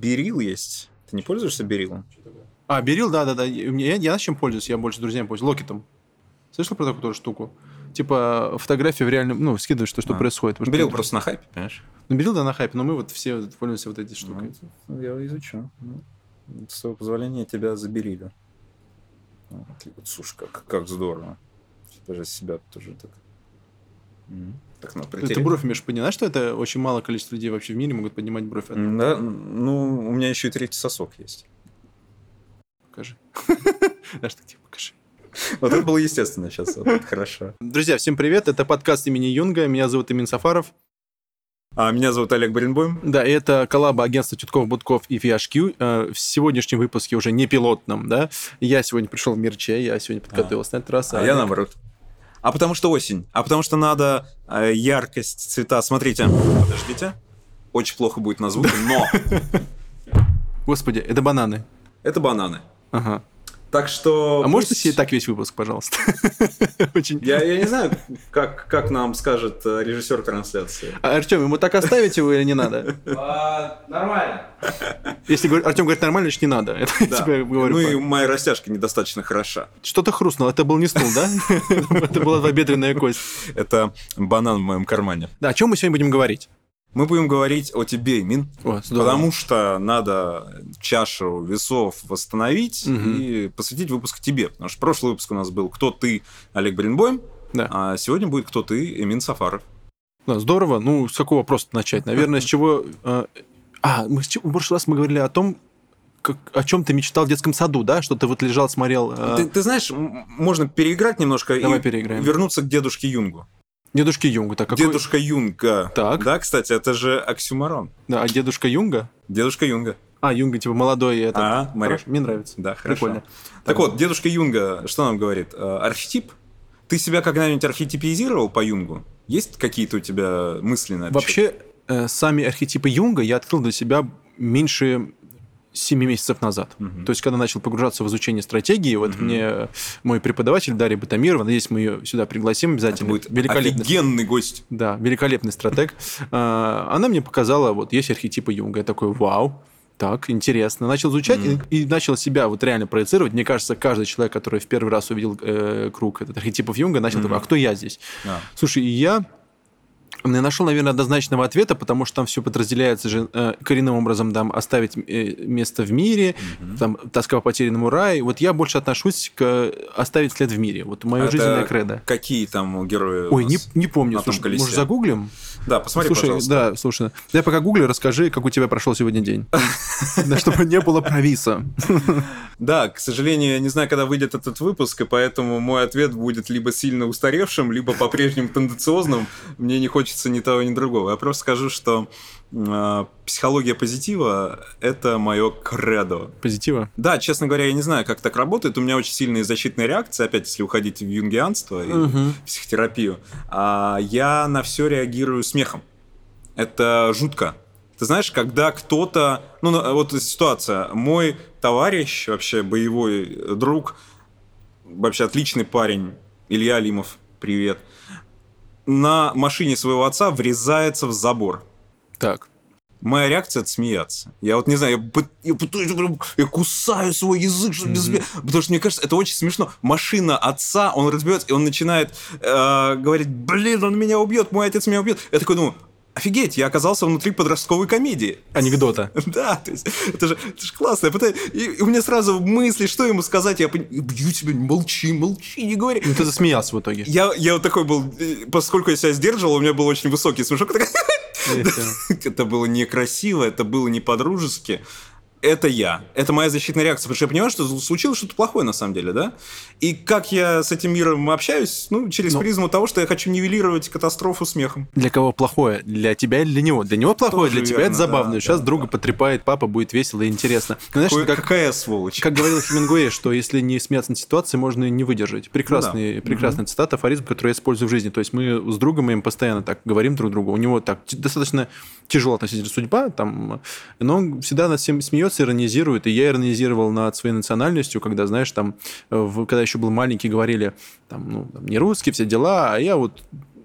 Берил есть. Ты не пользуешься Берилом? Берил, да. Я знаешь, чем пользуюсь? Я больше друзьями пользуюсь. Локетом. Слышал про такую тоже штуку? Типа фотографии в реальном... скидываешь, что происходит. Берил просто на хайпе, понимаешь? Берил, да, на хайпе, но мы вот все пользуемся вот этой штукой. Я изучу. С твоего позволения тебя заберили. Слушай, как здорово. Даже себя тоже так... Так надо протереть. Ты бровь умеешь поднимать, что это очень мало количество людей вообще в мире могут поднимать бровь. Да, у меня еще и третий сосок есть. Покажи. Знаешь, так покажи. Вот это было естественно сейчас, вот это хорошо. Друзья, всем привет, это подкаст имени Юнга, меня зовут Эмин Сафаров. А меня зовут Олег Баренбойм. Да, и это коллаба агентства Тютков-Будков и VHQ. В сегодняшнем выпуске уже не пилотном, да. Я сегодня пришел в Мирче, я сегодня подготовился на этот раз. Я наоборот. Потому что осень, потому что надо яркость, цвета. Смотрите, подождите, очень плохо будет на звуке, но... Господи, это бананы. Это бананы. Ага. Так что... можно себе так весь выпуск, пожалуйста? Я не знаю, как нам скажет режиссер трансляции. Артем, ему так оставить его или не надо? Нормально. Если Артем говорит нормально, значит не надо. Это я тебе говорю. Ну и моя растяжка недостаточно хороша. Что-то хрустнуло. Это был не стул, да? Это была бедренная кость. Это банан в моем кармане. Да, о чем мы сегодня будем говорить? Мы будем говорить о тебе, Мин, потому что надо чашу весов восстановить и посвятить выпуск тебе. Потому что прошлый выпуск у нас был «Кто ты, Олег Баренбойм?», а сегодня будет «Кто ты, Эмин Сафаров?». Да, здорово. Ну, с какого просто начать? Наверное, с чего... в прошлый раз мы говорили о том, о чем ты мечтал в детском саду, да? Что ты вот лежал, смотрел... Ты знаешь, можно переиграть немножко. Давай и переиграем. Вернуться к дедушке Юнгу. Дедушка Юнга. Так, какой... Дедушка Юнга. Так. Да, кстати, это же оксюморон. Да, а дедушка Юнга? Дедушка Юнга. Юнга, типа молодой. Это... Мне нравится. Да, хорошо. Прикольно. Так вот, дедушка Юнга, что нам говорит? Архетип? Ты себя когда-нибудь архетипизировал по Юнгу? Есть какие-то у тебя мысли на это? Вообще, сами архетипы Юнга я открыл для себя меньше 7 месяцев назад. То есть, когда начал погружаться в изучение стратегии, вот мне мой преподаватель Дарья Батамирова, надеюсь, мы ее сюда пригласим обязательно. Это будет офигенный гость. Да, великолепный стратег. Она мне показала, вот есть архетипы Юнга. Я такой, вау, так, интересно. Начал изучать и начал себя вот реально проецировать. Мне кажется, каждый человек, который в первый раз увидел круг этот архетипов Юнга, начал такой, а кто я здесь? Слушай, и я не нашел, наверное, однозначного ответа, потому что там все подразделяется же коренным образом, там, оставить место в мире, там, тоска по потерянному раю. Вот я больше отношусь к оставить след в мире. Вот мое жизненное кредо. Какие там герои? Ой, не помню. Слушай, может, загуглим? Да, посмотри, пожалуйста. Да, слушай. Я пока гуглю, расскажи, как у тебя прошел сегодня день. Чтобы не было провиса. Да, к сожалению, я не знаю, когда выйдет этот выпуск, и поэтому мой ответ будет либо сильно устаревшим, либо по-прежнему тенденциозным. Мне не хочется ни того, ни другого. Я просто скажу, что психология позитива – это мое кредо. Позитива? Да, честно говоря, я не знаю, как так работает. У меня очень сильные защитные реакции, опять, если уходить в юнгианство и психотерапию. Я на все реагирую смехом. Это жутко. Ты знаешь, когда кто-то... вот ситуация. Мой товарищ, вообще боевой друг, вообще отличный парень, Илья Алимов, привет, на машине своего отца врезается в забор. Так. Моя реакция – это смеяться. Я вот не знаю, я кусаю свой язык, чтобы без смеха. Потому что мне кажется, это очень смешно. Машина отца, он разбивается, и он начинает говорить, он меня убьет, мой отец меня убьет. Я такой думаю, офигеть, я оказался внутри подростковой комедии. Анекдота. Да, то есть это же классно. И у меня сразу мысли, что ему сказать. Я бью тебя, молчи, не говори. Ну ты засмеялся в итоге. Я вот такой был, поскольку я себя сдерживал, у меня был очень высокий смешок. Это было некрасиво, это было не по-дружески. Это я. Это моя защитная реакция. Потому что я понимаю, что случилось что-то плохое на самом деле, да? И как я с этим миром общаюсь? Через призму того, что я хочу нивелировать катастрофу смехом. Для кого плохое? Для тебя или для него? Для него плохое, тоже для тебя верно, это забавно. Да, Сейчас да, друга потрепает, папа, будет весело и интересно. Знаешь, какая сволочь. Как говорил Хемингуэй, что если не смеяться над ситуацией, можно и не выдержать. Прекрасная цитата, афоризм, который я использую в жизни. То есть мы с другом моим постоянно так говорим друг другу. У него так достаточно тяжелая относительно судьба, но он всегда над всем смеется, иронизирует. И я иронизировал над своей национальностью, когда, знаешь, когда еще был маленький, говорили, не русский, все дела, а я вот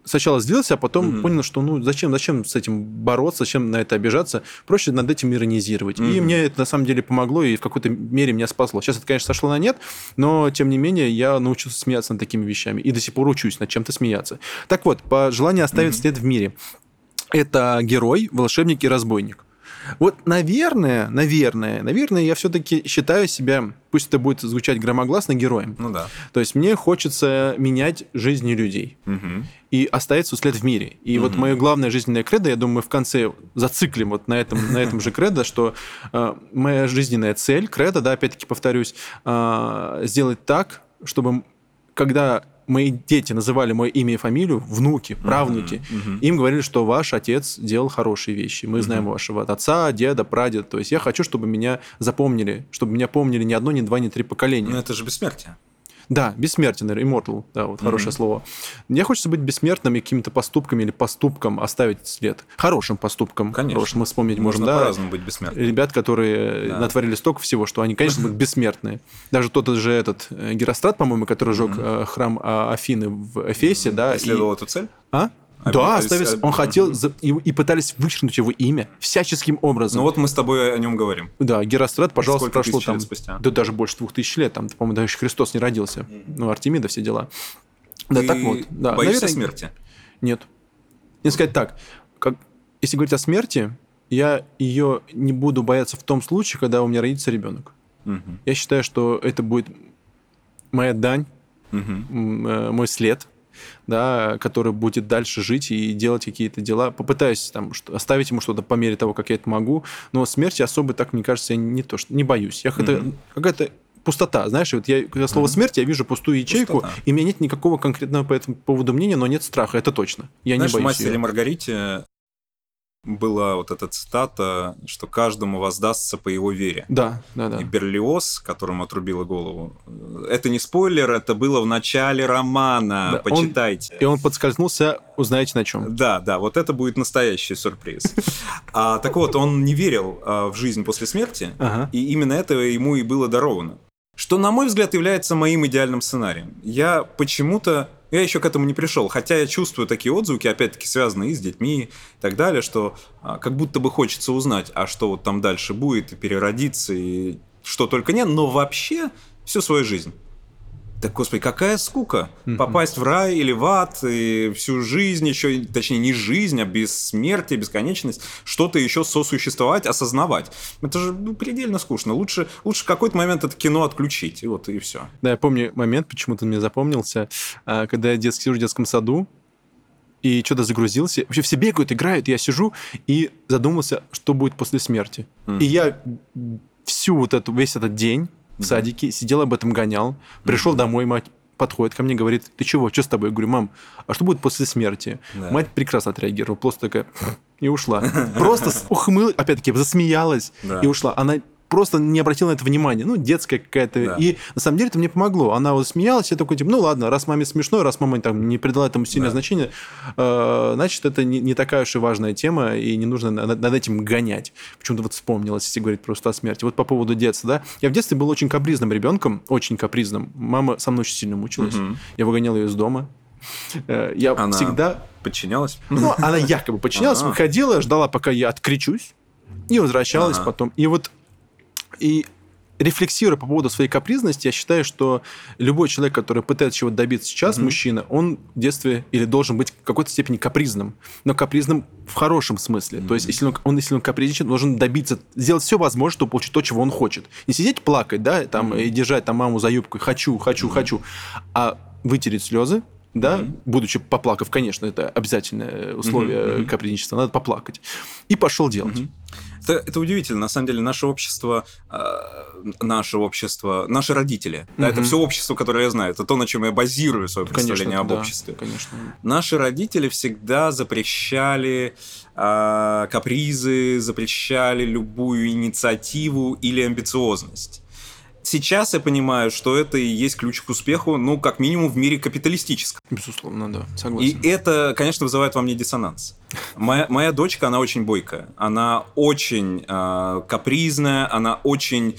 сначала злился, а потом понял, что зачем с этим бороться, зачем на это обижаться, проще над этим иронизировать. И мне это на самом деле помогло и в какой-то мере меня спасло. Сейчас это, конечно, сошло на нет, но тем не менее я научился смеяться над такими вещами и до сих пор учусь над чем-то смеяться. Так вот, по желанию оставить след в мире. Это герой, волшебник и разбойник. Вот, наверное, я все-таки считаю себя, пусть это будет звучать громогласно, героем. Ну да. То есть мне хочется менять жизни людей и оставить свой след в мире. И вот мое главное жизненное кредо, я думаю, мы в конце зациклим вот на этом же кредо, что моя жизненная цель, кредо, да, опять-таки повторюсь, сделать так, чтобы когда мои дети называли мое имя и фамилию, внуки, правнуки, им говорили, что ваш отец делал хорошие вещи. Мы знаем вашего отца, деда, прадеда. То есть я хочу, чтобы меня запомнили, чтобы меня помнили ни одно, ни два, ни три поколения. Но это же бессмертие. Да, бессмертен, immortal, да, вот хорошее слово. Мне хочется быть бессмертным и какими-то поступками или поступком оставить след. Хорошим поступком. Конечно. Хорошим мы вспомнить Можно можем, да. по-разному быть бессмертным. Ребят, которые натворили столько всего, что они, конечно, будут бессмертные. Даже тот же этот Герострат, по-моему, который сжег храм Афины в Эфесе, да. Исследовал эту цель? Да, он хотел, и пытались вычеркнуть его имя всяческим образом. Ну вот мы с тобой о нем говорим. Да, Герострат, пожалуйста, Сколько прошло тысяч там, лет спустя? да даже больше 2000 лет, там, по-моему, даже еще Христос не родился. Артемида, все дела. Да, Ты так вот. Да, боишься смерти? Нет. Не сказать так, если говорить о смерти, я ее не буду бояться в том случае, когда у меня родится ребенок. Я считаю, что это будет моя дань, мой след, да, который будет дальше жить и делать какие-то дела. Попытаюсь оставить ему что-то по мере того, как я это могу. Но смерти особо, так мне кажется, я не боюсь. Это какая-то пустота. Знаешь, вот когда слово смерть, я вижу пустую ячейку, и у меня нет никакого конкретного по этому поводу мнения, но нет страха, это точно. Я не боюсь. В «Мастере и Маргарите» была вот эта цитата, что каждому воздастся по его вере. Да. И Берлиоз, которому отрубила голову, это не спойлер, это было в начале романа, да, почитайте. И он подскользнулся, узнаете на чем. Да, вот это будет настоящий сюрприз. Так вот, он не верил в жизнь после смерти, и именно это ему и было даровано. Что, на мой взгляд, является моим идеальным сценарием. Я еще к этому не пришел, хотя я чувствую такие отзвуки, опять-таки связанные и с детьми и так далее, что как будто бы хочется узнать, а что вот там дальше будет, и переродиться, и что только нет, но вообще всю свою жизнь. Так, господи, какая скука попасть в рай или в ад, и всю жизнь еще, точнее, не жизнь, а бессмертие, бесконечность, что-то еще сосуществовать, осознавать. Это же предельно скучно. Лучше в какой-то момент это кино отключить, и все. Да, я помню момент, почему-то мне запомнился, когда я сижу в детском саду, и что-то загрузился. Вообще все бегают, играют, я сижу и задумался, что будет после смерти. И я весь этот день в садике, сидел, об этом гонял, пришел домой, мать подходит ко мне, говорит, ты чего, что с тобой? Я говорю, мам, а что будет после смерти? Да. Мать прекрасно отреагировала, просто такая, и ушла. Просто опять-таки, засмеялась и ушла. Она просто не обратила на это внимания. Детская какая-то. Да. И на самом деле это мне помогло. Она вот смеялась, я такой, ладно, раз маме смешно, раз мама там не придала этому сильное значение, значит, это не такая уж и важная тема, и не нужно над этим гонять. Почему-то вот вспомнилось, если говорить просто о смерти. Вот по поводу детства, да. Я в детстве был очень капризным ребенком, очень капризным. Мама со мной очень сильно мучилась. Я выгонял ее из дома. Она всегда подчинялась? Она якобы подчинялась, выходила, ждала, пока я откричусь, и возвращалась потом. И рефлексируя по поводу своей капризности, я считаю, что любой человек, который пытается чего-то добиться сейчас, мужчина, он в детстве или должен быть в какой-то степени капризным, но капризным в хорошем смысле. То есть, если он капризничает, должен добиться, сделать все возможное, чтобы получить то, чего он хочет. Не сидеть плакать, да, и держать маму за юбку, хочу, а вытереть слезы, да, будучи поплакав, конечно, это обязательное условие капризничества, надо поплакать. И пошел делать. Это удивительно. На самом деле, наше общество, наши родители, да, это все общество, которое я знаю, это то, на чем я базирую свое представление об обществе. Конечно. Наши родители всегда запрещали капризы, запрещали любую инициативу или амбициозность. Сейчас я понимаю, что это и есть ключ к успеху, как минимум в мире капиталистическом. Безусловно, да, согласен. И это, конечно, вызывает во мне диссонанс. Моя дочка, она очень бойкая. Она очень капризная, она очень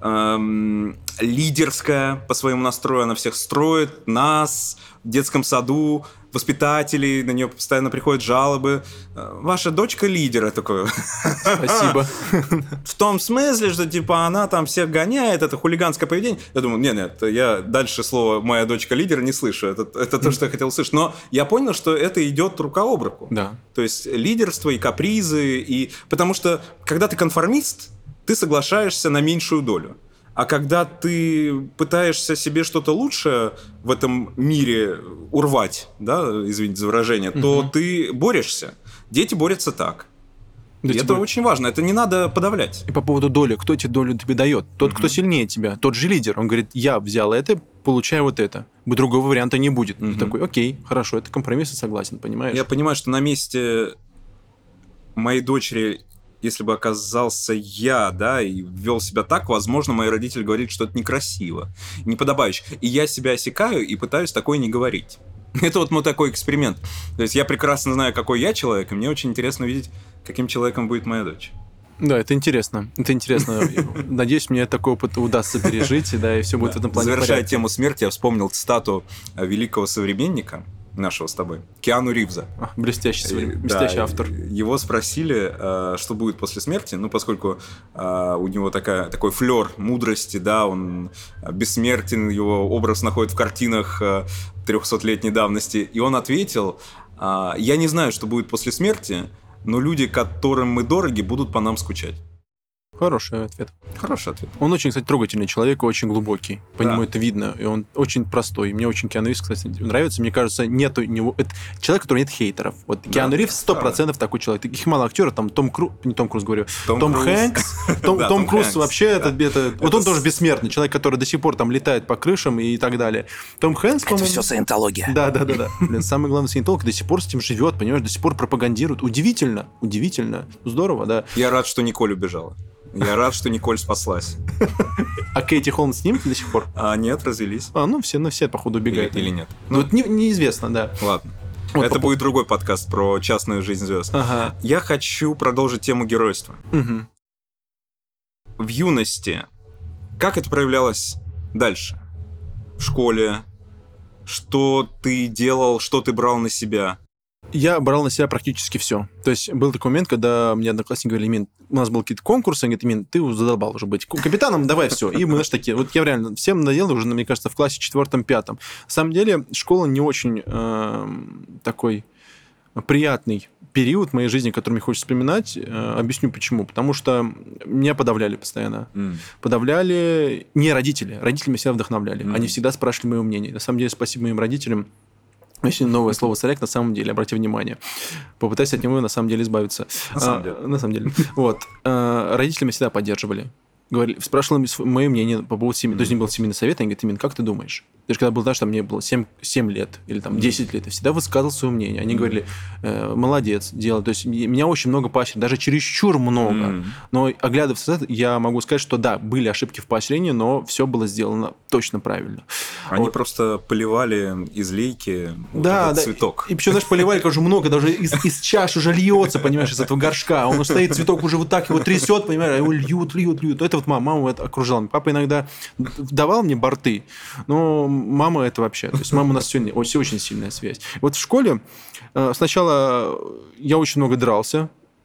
лидерская по своему настрою. Она всех строит, нас в детском саду, воспитателей, на нее постоянно приходят жалобы. Ваша дочка лидер, я такой. Спасибо. В том смысле, что типа она там всех гоняет, это хулиганское поведение. Я думаю, нет, я дальше слово «моя дочка лидер» не слышу. Это то, что я хотел услышать. Но я понял, что это идет рука об руку. Да. То есть лидерство и капризы. Потому что, когда ты конформист, ты соглашаешься на меньшую долю. А когда ты пытаешься себе что-то лучшее в этом мире урвать, да, извините за выражение, то ты борешься. Дети борются так. Да, и это очень важно, это не надо подавлять. И по поводу доли, кто тебе долю тебе дает? Тот, кто сильнее тебя, тот же лидер. Он говорит, я взял это, получаю вот это. Другого варианта не будет. Ты такой, окей, хорошо, это компромисс, согласен, понимаешь? Я понимаю, что на месте моей дочери, если бы оказался я, да, и вел себя так, возможно, мои родители говорят, что это некрасиво, неподобающе. И я себя осекаю и пытаюсь такое не говорить. Это вот мой такой эксперимент. То есть я прекрасно знаю, какой я человек, и мне очень интересно видеть, каким человеком будет моя дочь. Да, это интересно. Это интересно. Надеюсь, мне такой опыт удастся пережить, да, и все будет в этом плане. Завершая тему смерти, я вспомнил цитату великого современника нашего с тобой, Киану Ривза. Блестящий автор. Его спросили, что будет после смерти, поскольку у него такой флёр мудрости, да, он бессмертен, его образ находит в картинах 300-летней давности, и он ответил, я не знаю, что будет после смерти, но люди, которым мы дороги, будут по нам скучать. Хороший ответ. Хороший ответ. Он очень, кстати, трогательный человек, очень глубокий. По нему это видно. И он очень простой. И мне очень Киану Ривз, кстати, нравится. Мне кажется, нету у него... Это человек, у которого нет хейтеров. Вот да, Киану Ривз 100% такой человек. Таких мало актеров. Там Том Хэнкс. Том Круз вообще... Вот он тоже бессмертный. Человек, который до сих пор там летает по крышам и так далее. Том Хэнкс, по-моему... Это все саентология. Да. Блин, самый главный саентолог до сих пор с этим живет, понимаешь? До сих пор пропагандирует. Удивительно. Здорово, да. Я рад, что Николь убежала. Я рад, что Николь спаслась. А Кейти Холмс с ним до сих пор? Нет, развелись. Все, походу, убегают. Или нет? Вот неизвестно, да. Ладно. Вот это будет другой подкаст про частную жизнь звезд. Ага. Я хочу продолжить тему геройства. В юности как это проявлялось дальше? В школе? Что ты делал, что ты брал на себя? Я брал на себя практически все. То есть был такой момент, когда мне одноклассники говорили, Мин, у нас был какие-то конкурсы, они говорят, Мин, ты задолбал уже быть капитаном, давай все. И мы, знаешь, такие, вот я реально всем надоел уже, мне кажется, в классе 4-5. На самом деле школа не очень такой приятный период в моей жизни, который мне хочется вспоминать. Объясню почему. Потому что меня подавляли постоянно. Подавляли не родители. Родители меня всегда вдохновляли. Они всегда спрашивали моего мнения. На самом деле, спасибо моим родителям. Если новое слово «царяк», на самом деле, обрати внимание. Попытайся от него на самом деле избавиться. На самом деле. Вот. Родители меня всегда поддерживали. Спрашивали мое мнение по поводу семьи. То есть, не был семейный совет, они говорят, Имин, как ты думаешь? Даже когда был, знаешь, там мне было 7 лет или там 10 лет, я всегда высказывал свое мнение. Они говорили, молодец, делай. То есть, меня очень много поощрили, даже чересчур много. Но, оглядываясь назад, я могу сказать, что да, были ошибки в поощрении, но все было сделано точно правильно. Они просто поливали из лейки цветок. И причем, знаешь, поливали уже много, даже из чаши уже льется, понимаешь, из этого горшка. Он стоит, цветок уже вот так его трясет, понимаешь, его льют. Это вот мама это окружала. Папа иногда давал мне борты, но мама это вообще. То есть мама у нас все очень сильная связь. Вот в школе сначала я очень много дрался,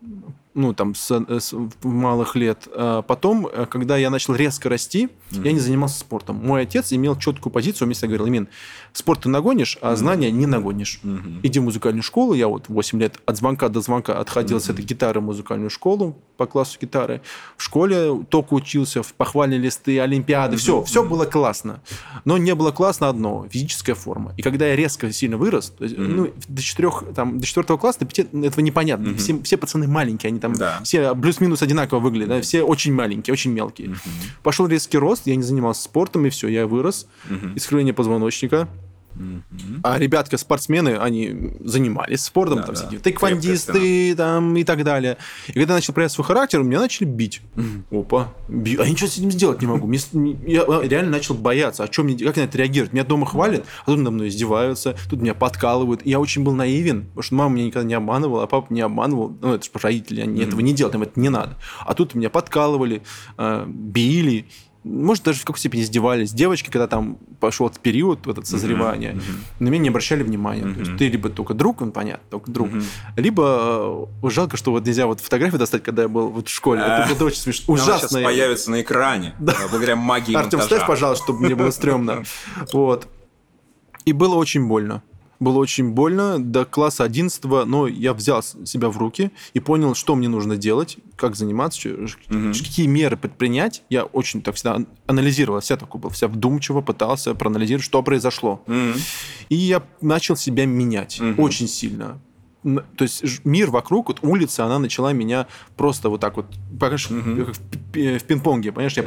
с малых лет. Потом, когда я начал резко расти, я не занимался спортом. Мой отец имел четкую позицию, он мне всегда говорил, Имин, спорт ты нагонишь, а знания не нагонишь. Иди в музыкальную школу. Я вот 8 лет от звонка до звонка отходил с этой гитары в музыкальную школу по классу гитары. В школе только учился, в похвальные листы, олимпиады. Все было классно. Но не было классно одно – физическая форма. И когда я резко сильно вырос, до 4 класса, до 5 этого непонятно. Все пацаны маленькие, они там все плюс-минус одинаково выглядят, да? Все очень маленькие, очень мелкие. Пошел резкий рост, я не занимался спортом, и все, я вырос. Искривление позвоночника. А ребятки-спортсмены, они занимались спортом, там всякие тэквондисты там, и так далее. И когда я начал проявлять свой характер, меня начали бить. Опа, бью. А я ничего с этим сделать не могу. Я реально начал бояться. Как на это реагировать? Меня дома хвалят, а тут надо мной издеваются, тут меня подкалывают. И я очень был наивен, потому что мама меня никогда не обманывала, а папа не обманывал. Ну, это же родители, они этого не делают, им это не надо. А тут меня подкалывали, били. Может, даже в какой-то степени издевались. Девочки, когда там пошел этот период, этот созревания, на меня не обращали внимания. То есть ты либо только друг, понятно, только друг, либо жалко, что вот нельзя вот фотографию достать, когда я был вот в школе. Это очень смешно. Ужасно. Сейчас появится на экране, благодаря магии Артем, ставь, пожалуйста, чтобы мне было стрёмно. Вот. И было очень больно. Было очень больно до класса 11, но я взял себя в руки и понял, что мне нужно делать, как заниматься, какие меры предпринять. Я очень так всегда анализировал, вся такой был, вся вдумчиво пытался проанализировать, что произошло. И я начал себя менять очень сильно. То есть мир вокруг, вот улица, она начала меня просто вот так вот, понимаешь, как в пинг-понге, понимаешь, я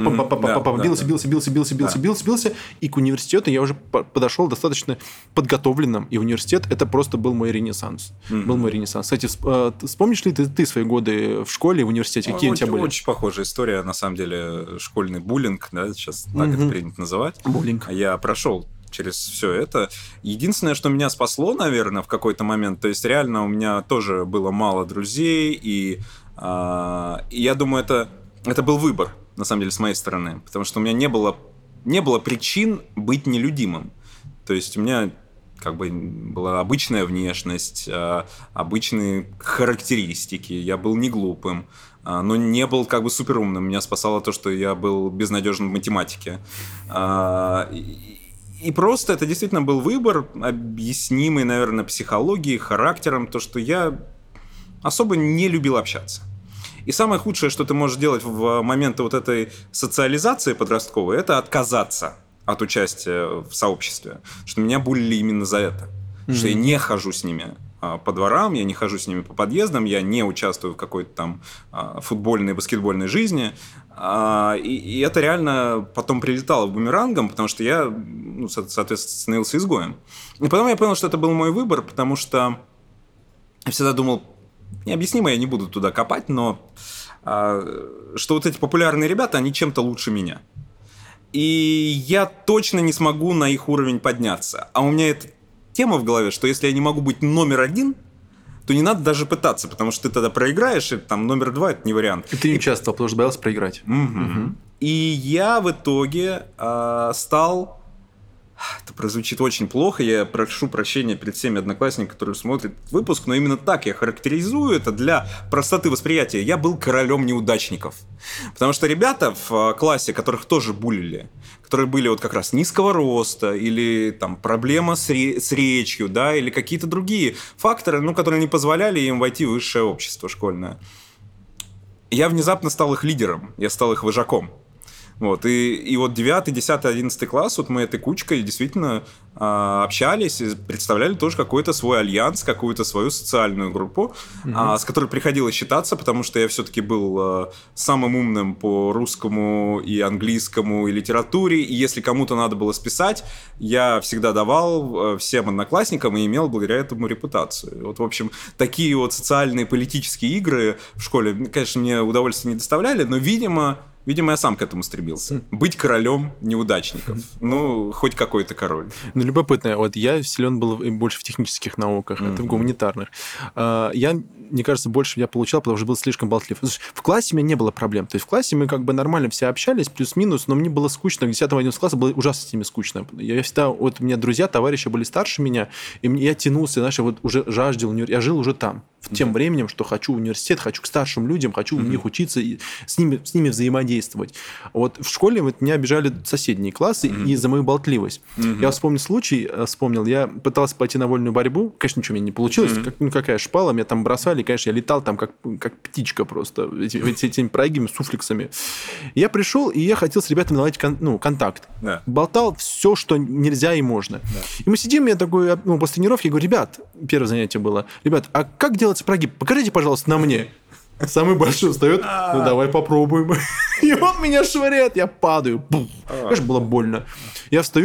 бился, и к университету я уже подошел достаточно подготовленным, и университет это просто был мой ренессанс. Был мой ренессанс. Кстати, вспомнишь ли ты свои годы в школе, в университете? Какие у тебя были? Очень похожая история, на самом деле, школьный буллинг, да, сейчас так это принято называть. Буллинг. Я прошел через все это. Единственное, что меня спасло, наверное, в какой-то момент, то есть реально у меня тоже было мало друзей, и я думаю, это был выбор, на самом деле, с моей стороны, потому что у меня не было причин быть нелюдимым. То есть у меня как бы была обычная внешность, обычные характеристики, я был не глупым, но не был как бы суперумным. Меня спасало то, что я был безнадежным в математике. И просто это действительно был выбор, объяснимый, наверное, психологией, характером, то, что я особо не любил общаться. И самое худшее, что ты можешь делать в моменты вот этой социализации подростковой, это отказаться от участия в сообществе. Что меня булили именно за это. Что я не хожу с ними по дворам, я не хожу с ними по подъездам, я не участвую в какой-то там футбольной, баскетбольной жизни. И это реально потом прилетало бумерангом, потому что я, соответственно, становился изгоем. И потом я понял, что это был мой выбор, потому что я всегда думал, необъяснимо, я не буду туда копать, но что вот эти популярные ребята, они чем-то лучше меня. И я точно не смогу на их уровень подняться. А у меня эта тема в голове, что если я не могу быть номер один, то не надо даже пытаться, потому что ты тогда проиграешь, и там номер 2 – это не вариант. И ты не участвовал, потому что боялся проиграть. И я в итоге стал... Это прозвучит очень плохо, я прошу прощения перед всеми одноклассниками, которые смотрят выпуск, но именно так я характеризую это для простоты восприятия. Я был королем неудачников. Потому что ребята в классе, которых тоже буллили, которые были вот как раз низкого роста, или там проблема с речью, да, или какие-то другие факторы, которые не позволяли им войти в высшее общество школьное. Я внезапно стал их лидером, я стал их вожаком. Вот, и вот 9, 10, 11 класс, вот мы этой кучкой действительно общались и представляли тоже какой-то свой альянс, какую-то свою социальную группу, с которой приходилось считаться, потому что я все-таки был самым умным по русскому и английскому и литературе, и если кому-то надо было списать, я всегда давал всем одноклассникам и имел благодаря этому репутацию. Вот, в общем, такие вот социальные политические игры в школе, конечно, мне удовольствия не доставляли, но, видимо, я сам к этому стремился. Быть королем неудачников. Хоть какой-то король. Любопытно. Вот я силен был больше в технических науках, это в гуманитарных. Мне кажется, больше я получал, потому что был слишком болтлив. В классе у меня не было проблем. То есть в классе мы как бы нормально все общались, плюс-минус, но мне было скучно. К 10-11 класса было ужасно с ними скучно. Я всегда... Вот у меня друзья, товарищи были старше меня, и я тянулся, знаешь, вот уже жаждал университет. Я жил уже там. В тем временем, что хочу университет, хочу к старшим людям, хочу у них учиться, и с ними взаимодействовать. Вот в школе меня обижали соседние классы из-за мою болтливость. Я вспомнил случай, я пытался пойти на вольную борьбу, конечно, ничего у меня не получилось, какая шпала, меня там бросали, конечно, я летал там как птичка просто, этими прыгами, суфлексами. Я пришел, и я хотел с ребятами наладить контакт. Да. Болтал все, что нельзя и можно. Да. И мы сидим, я такой, после тренировки, я говорю, ребят, первое занятие было, ребят, а как делать прогиб? Покажите, пожалуйста, на мне. Самый большой встает, давай попробуем. И он меня швыряет, я падаю. Конечно, было больно. Я встаю,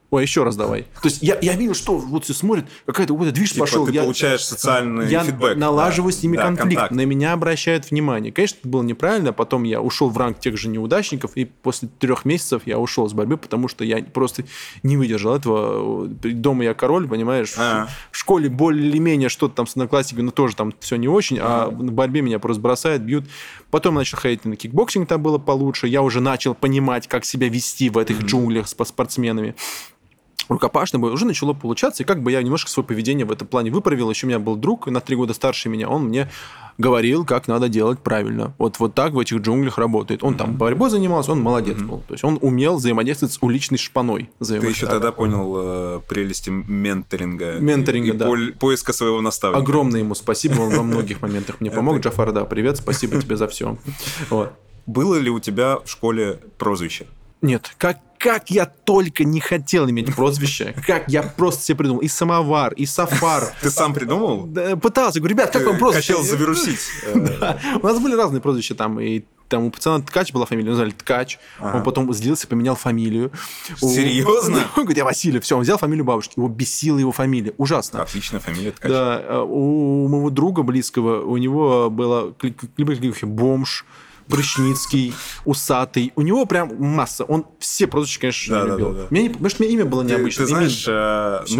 Ой, еще раз давай. То есть я видел, что вот все смотрят, какой-то движ Типа пошел. ты получаешь социальный фидбэк. Я налаживаю с ними конфликт, контакт. на меня обращают внимание. Конечно, это было неправильно, потом я ушел в ранг тех же неудачников, и после 3 месяцев я ушел с борьбы, потому что я просто не выдержал этого. Дома я король, понимаешь? В школе более-менее что-то там с одноклассниками, но тоже там все не очень, а в борьбе меня просто бросают, бьют. Потом начал ходить на кикбоксинг, там было получше. Я уже начал понимать, как себя вести в этих джунглях с спортсменами. Рукопашный бой уже начало получаться, и как бы я немножко свое поведение в этом плане выправил. Еще у меня был друг на 3 года старше меня, он мне говорил, как надо делать правильно. Вот так в этих джунглях работает. Он там борьбой занимался, он молодец был. То есть он умел взаимодействовать с уличной шпаной. Ты еще тогда понял прелести менторинга. Менторинга, да. Поиска своего наставника. Огромное ему спасибо, он во многих моментах мне помог. Джафар, да, привет, спасибо тебе за все. Было ли у тебя в школе прозвище? Нет, как я только не хотел иметь прозвище, как я просто себе придумал. И самовар, и сафар. Ты сам придумал? Да, пытался, говорю, ребят, как вам прозвище? Хотел завирусить. У нас были разные прозвища там, и там у пацана Ткач была фамилия, назвали Ткач. Он потом злился, поменял фамилию. Серьезно? Он говорит, я Василий. Все, он взял фамилию бабушки. Его бесила его фамилия. Ужасно. Отличная фамилия Ткач. Да, у моего друга близкого, у него было бомж, Брышницкий, Усатый. У него прям масса. Он все прозвища, конечно, любил. Да. Потому что у меня имя было необычное. Ты знаешь,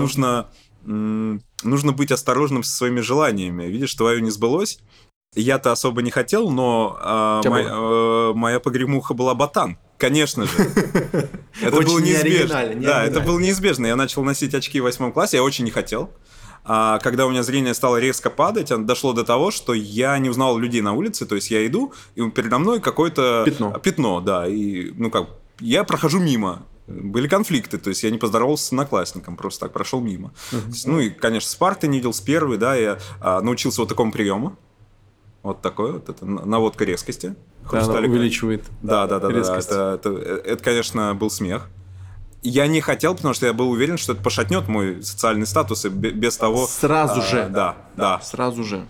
нужно быть осторожным со своими желаниями. Видишь, твое не сбылось. Я-то особо не хотел, но моя погремуха была ботан. Конечно же. Это было неизбежно. Да, это было неизбежно. Я начал носить очки в 8 классе, я очень не хотел. А когда у меня зрение стало резко падать, дошло до того, что я не узнал людей на улице. То есть я иду, и передо мной какое-то пятно, да. И, я прохожу мимо. Были конфликты, то есть я не поздоровался с одноклассником, просто так прошел мимо. И, конечно, с парты не видел, с первой, да, я научился вот такому приему. Вот такой вот, это наводка резкости. Да, она увеличивает. Да. Это, конечно, был смех. Я не хотел, потому что я был уверен, что это пошатнет мой социальный статус, и без того... Сразу же. Да. Сразу же.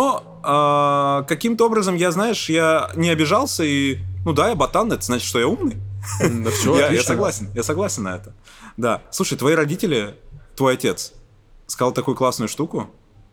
Но каким-то образом, я не обижался, и, я ботан, это значит, что я умный. Да все, я согласен на это. Да. Слушай, твои родители, твой отец, сказал такую классную штуку,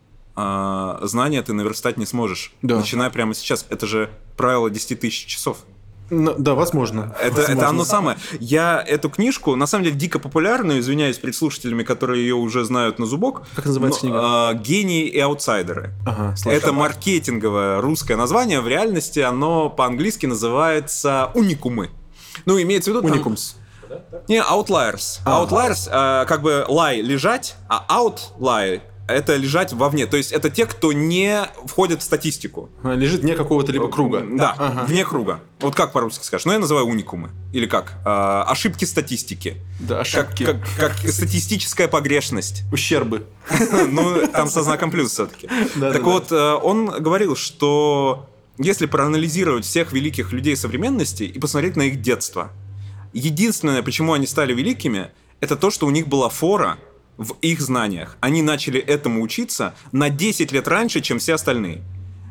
знания ты наверстать не сможешь. Да. Начиная прямо сейчас. Это же правило 10 тысяч часов. Да, возможно. Это оно самое. Я эту книжку, на самом деле, дико популярную, извиняюсь перед слушателями, которые ее уже знают на зубок. Как называется книга? «Гении и аутсайдеры». Ага, это маркетинговое русское название. В реальности оно по-английски называется «уникумы». Имеется в виду... Уникумс. Не, outliers. Outliers, как бы lie — лежать, а outlie — это лежать вовне. То есть это те, кто не входит в статистику. Лежит вне какого-то либо круга. Да, вне круга. Вот как по-русски скажешь? Я называю уникумы. Или как? Ошибки статистики. Да, ошибки. Как статистическая погрешность. Ущербы. Там со знаком плюс все-таки. Так вот, он говорил, что если проанализировать всех великих людей современности и посмотреть на их детство, единственное, почему они стали великими, это то, что у них была фора в их знаниях. Они начали этому учиться на 10 лет раньше, чем все остальные.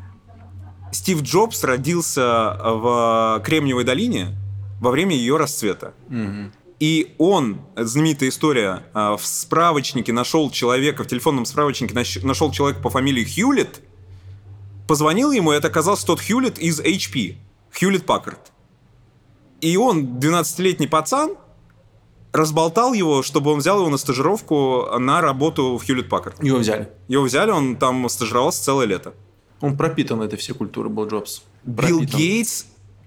Стив Джобс родился в Кремниевой долине во время ее расцвета. И он, знаменитая история, в справочнике нашел человека, в телефонном справочнике нашел человека по фамилии Хьюлетт, позвонил ему, и это оказался тот Хьюлетт из HP, Хьюлетт Паккард. И он, 12-летний пацан, разболтал его, чтобы он взял его на стажировку на работу в Хьюлетт Паккард. Его взяли, он там стажировался целое лето. Он пропитан этой всей культурой, был Джобс. Билл Гейтс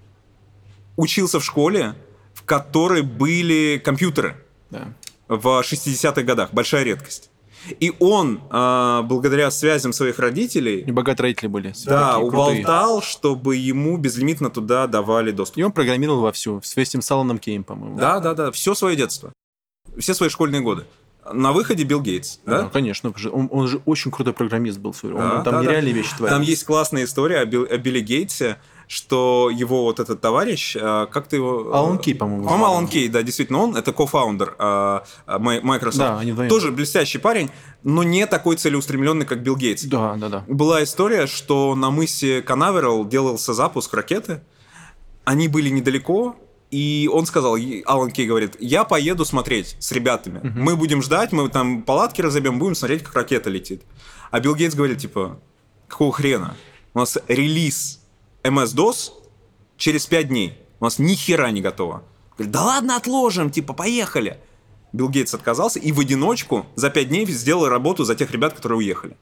учился в школе, в которой были компьютеры. Да. В 60-х годах. Большая редкость. И он, благодаря связям своих родителей... И богатые родители были. Да, уболтал, чтобы ему безлимитно туда давали доступ. И он программировал вовсю. С этим Салоном Кейм, по-моему. Да. Все свое детство. Все свои школьные годы. На выходе Билл Гейтс. Да, конечно. Он же очень крутой программист был. Он там нереальные вещи творил. Там есть классная история о Билле Гейтсе, что его вот этот товарищ, как ты его... Алан Кей, по-моему. Алан Кей, да, действительно, он, это кофаундер Microsoft. Да, они вдвоем. Тоже блестящий парень, но не такой целеустремленный, как Билл Гейтс. Да. Была история, что на мысе Канаверал делался запуск ракеты, они были недалеко, И он сказал, Алан Кей говорит, я поеду смотреть с ребятами. Мы будем ждать, мы там палатки разобьем, будем смотреть, как ракета летит. А Билл Гейтс говорит, типа, какого хрена? У нас релиз MS-DOS через 5 дней. У нас ни хера не готово. Говорит, да ладно, отложим, типа, поехали. Билл Гейтс отказался и в одиночку за 5 дней сделал работу за тех ребят, которые уехали.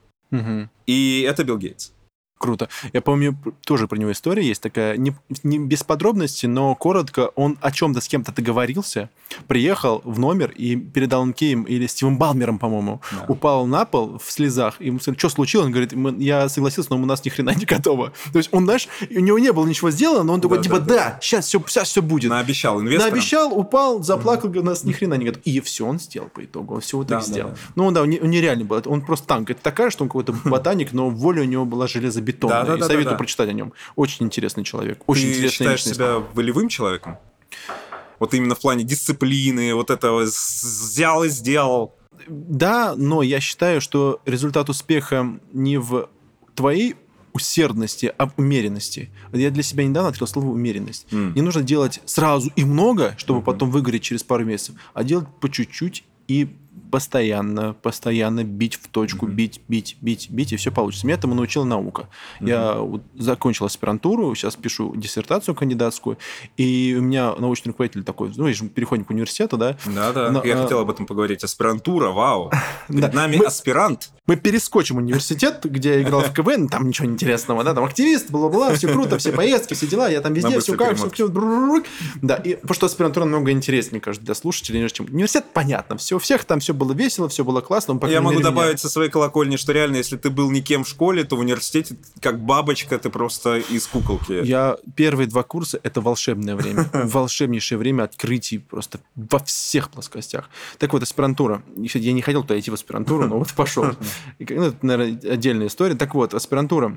И это Билл Гейтс. Круто. Я помню, тоже про него история есть такая, не без подробностей, но коротко, он о чем-то с кем-то договорился, приехал в номер и перед Аланом Кеем или Стивом Балмером, по-моему, упал на пол в слезах, и ему сказали, что случилось? Он говорит, я согласился, но у нас ни хрена не готово. То есть он, знаешь, у него не было ничего сделано, но он такой, сейчас все будет. Наобещал инвесторам. Наобещал, упал, заплакал, у нас ни хрена не готово. И все он сделал по итогу, он все вот так сделал. Ну да, он нереальный был, он просто танк. Это такая, что он какой-то ботаник, но воля у него была железобетонная. И советую прочитать о нем. Очень интересный человек. Очень Ты интересная считаешь себя волевым человеком? Вот именно в плане дисциплины, вот этого взял и сделал. Да, но я считаю, что результат успеха не в твоей усердности, а в умеренности. Я для себя недавно открыл слово умеренность. Не нужно делать сразу и много, чтобы потом выгореть через пару месяцев, а делать по чуть-чуть и постоянно бить в точку, бить, и все получится. Меня этому научила наука. Я вот закончил аспирантуру, сейчас пишу диссертацию кандидатскую, и у меня научный руководитель такой, ну, мы переходим к университету, да? Да. Я хотел об этом поговорить. Аспирантура, вау. Перед нами аспирант. Мы перескочим университет, где я играл в КВН, там ничего интересного, да, там активист, бла-бла-бла, все круто, все поездки, все дела, я там везде, все как, все. Да, и потому что аспирантура намного интереснее, мне кажется, для слушателей, чем университет, понятно, все, у всех там все было весело, все было классно. Я могу добавить со своей колокольни, что реально, если ты был никем в школе, то в университете, как бабочка, ты просто из куколки. Я первые 2 курса — это волшебное время, волшебнейшее время открытий просто во всех плоскостях. Так вот, аспирантура. Я не хотел туда идти в аспирантуру, но вот пошел. Это, наверное, отдельная история. Так вот, аспирантура.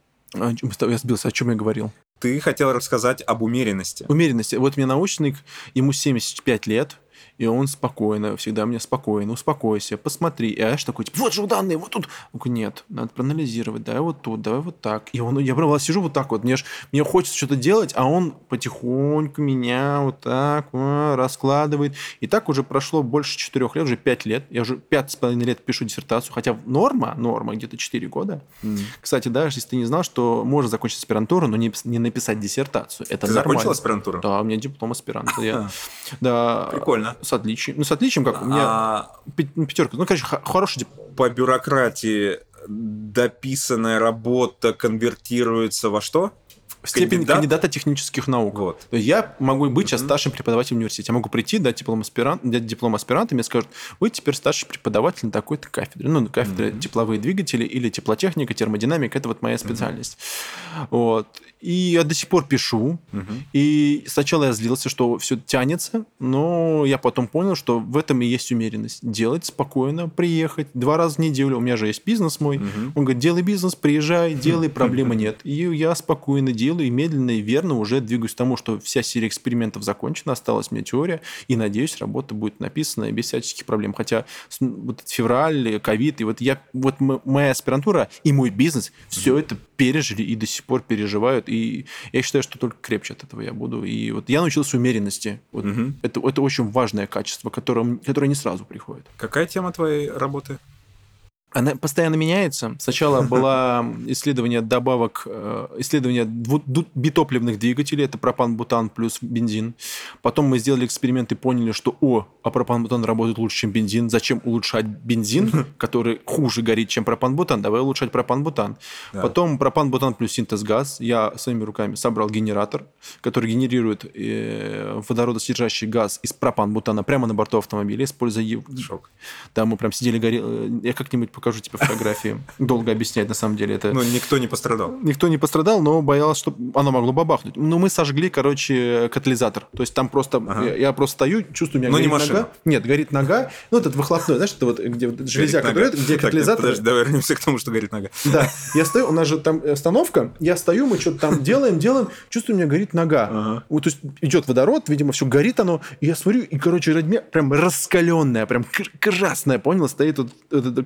Я сбился, о чем я говорил? Ты хотел рассказать об умеренности. Умеренности. Вот у меня научник, ему 75 лет, и он спокойно, всегда мне спокойно, успокойся, посмотри. И Аш такой, типа, вот же данные, вот тут. Я говорю, нет, надо проанализировать, давай вот тут, давай вот так. И я прям сижу вот так вот, мне хочется что-то делать, а он потихоньку меня вот так раскладывает. И так уже прошло больше 4 лет, уже 5 лет. Я уже 5,5 лет пишу диссертацию, хотя норма где-то 4 года. Кстати, да, если ты не знал, что можно закончить аспирантуру, но не написать диссертацию. Это ты нормально. Закончил аспирантуру? Да, у меня диплом аспиранта. Да. Прикольно. С отличием. Ну, с отличием, как у меня 5. Ну, конечно, хороший диплом. По бюрократии дописанная работа конвертируется во что? Степень кандидата технических наук. Вот. То есть я могу быть сейчас старшим преподавателем в университете. Я могу прийти, дать диплом аспиранта, и мне скажут, вы теперь старший преподаватель на такой-то кафедре. Ну, на кафедре тепловые двигатели или теплотехника, термодинамика. Это вот моя специальность. Вот. И я до сих пор пишу. И сначала я злился, что все тянется, но я потом понял, что в этом и есть умеренность. Делать спокойно, приехать 2 раза в неделю. У меня же есть бизнес мой. Он говорит, делай бизнес, приезжай, делай, проблемы нет. И я спокойно делаю, и медленно и верно уже двигаюсь к тому, что вся серия экспериментов закончена, осталась мне теория, и, надеюсь, работа будет написана без всяческих проблем. Хотя вот февраль, ковид, и вот моя аспирантура и мой бизнес все это пережили и до сих пор переживают, и я считаю, что только крепче от этого я буду. И вот я научился умеренности. Вот это очень важное качество, которое не сразу приходит. Какая тема твоей работы? Она постоянно меняется. Сначала было исследование добавок, исследование битопливных двигателей, это пропан-бутан плюс бензин. Потом мы сделали эксперимент и поняли, что пропан-бутан работает лучше, чем бензин. Зачем улучшать бензин, который хуже горит, чем пропан-бутан? Давай улучшать пропан-бутан. Да. Потом пропан-бутан плюс синтез-газ. Я своими руками собрал генератор, который генерирует водородосодержащий газ из пропан-бутана прямо на борту автомобиля, используя... Шок. Да, мы прям сидели, горели. Я как-нибудь покажу тебе фотографии. Долго объяснять, на самом деле. Ну, никто не пострадал. Никто не пострадал, но боялся, что оно могло бабахнуть. Но мы сожгли, катализатор. То есть там просто... Я просто стою, чувствую, у меня горит нога. Нет, горит нога. Ну, этот выхлопной, знаешь, это вот, где железяка горит, где катализатор. Подожди, давай вернемся к тому, что горит нога. Да. Я стою, у нас же там остановка, я стою, мы что-то там делаем, чувствую, у меня горит нога. Вот, то есть идет водород, видимо, все горит оно, и я смотрю, и, родьме прям раскаленная, прям красная, понял, стоит вот этот катализатор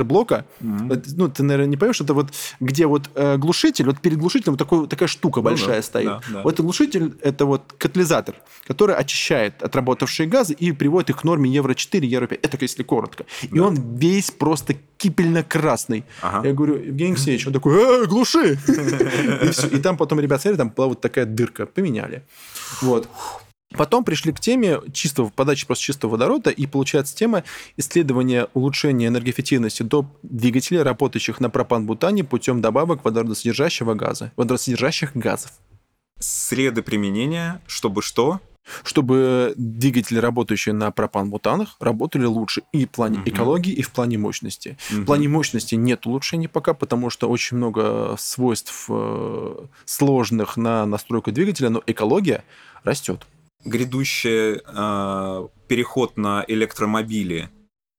электроблока. Ну, ты, наверное, не понимаешь, это вот где вот глушитель, вот перед глушителем вот такая штука большая стоит. Да. Вот этот глушитель – это вот катализатор, который очищает отработавшие газы и приводит их к норме Евро-4, Евро-5. Это если коротко. И он весь просто кипельно-красный. Я говорю: Евгений Алексеевич, он такой: глуши! И все. И там потом ребята смотрели, там была вот такая дырка. Поменяли. Вот. Потом пришли к теме подачи просто чистого водорода, и получается тема исследования улучшения энергоэффективности до двигателей, работающих на пропан-бутане путем добавок водородосодержащих газов. Среды применения, чтобы что? Чтобы двигатели, работающие на пропан-бутанах, работали лучше и в плане экологии, и в плане мощности. В плане мощности нет улучшений пока, потому что очень много свойств сложных на настройку двигателя, но экология растет. Грядущий переход на электромобили,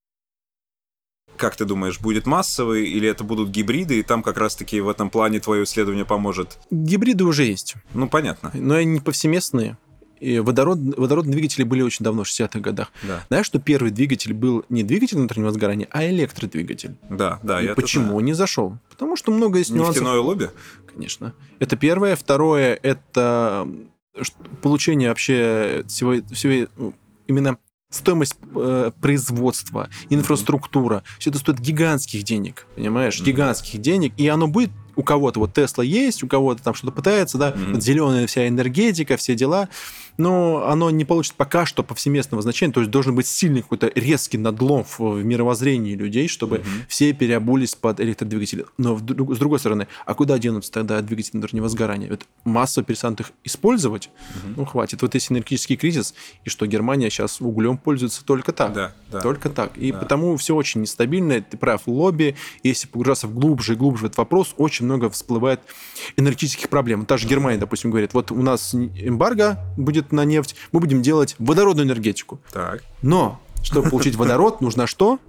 как ты думаешь, будет массовый или это будут гибриды, и там как раз-таки в этом плане твое исследование поможет? Гибриды уже есть. Ну, понятно. Но они не повсеместные. И водородные двигатели были очень давно, в 60-х годах. Да. Знаешь, что первый двигатель был не двигатель внутреннего сгорания, а электродвигатель? Да, и я почему он не зашел? Потому что много есть нюансов. Нефтяное лобби? Конечно. Это первое. Второе – это получение вообще всего именно стоимость производства, инфраструктура. Все это стоит гигантских денег, понимаешь? Гигантских денег. И оно будет у кого-то, вот Тесла есть, у кого-то там что-то пытается, да, вот зеленая вся энергетика, все дела, но оно не получит пока что повсеместного значения, то есть должен быть сильный какой-то резкий надлом в мировоззрении людей, чтобы все переобулись под электродвигатели. Но с другой стороны, а куда денутся тогда двигатели внутреннего сгорания? Вот массово перестанут их использовать, ну, хватит. Вот есть энергетический кризис, и что Германия сейчас углем пользуется только так. Да. Только так. И потому все очень нестабильно, ты прав, лобби, если погружаться глубже и глубже в этот вопрос, очень много всплывает энергетических проблем. Та же Германия, допустим, говорит: вот у нас эмбарго будет на нефть, мы будем делать водородную энергетику. Так. Но, чтобы получить водород, нужна что?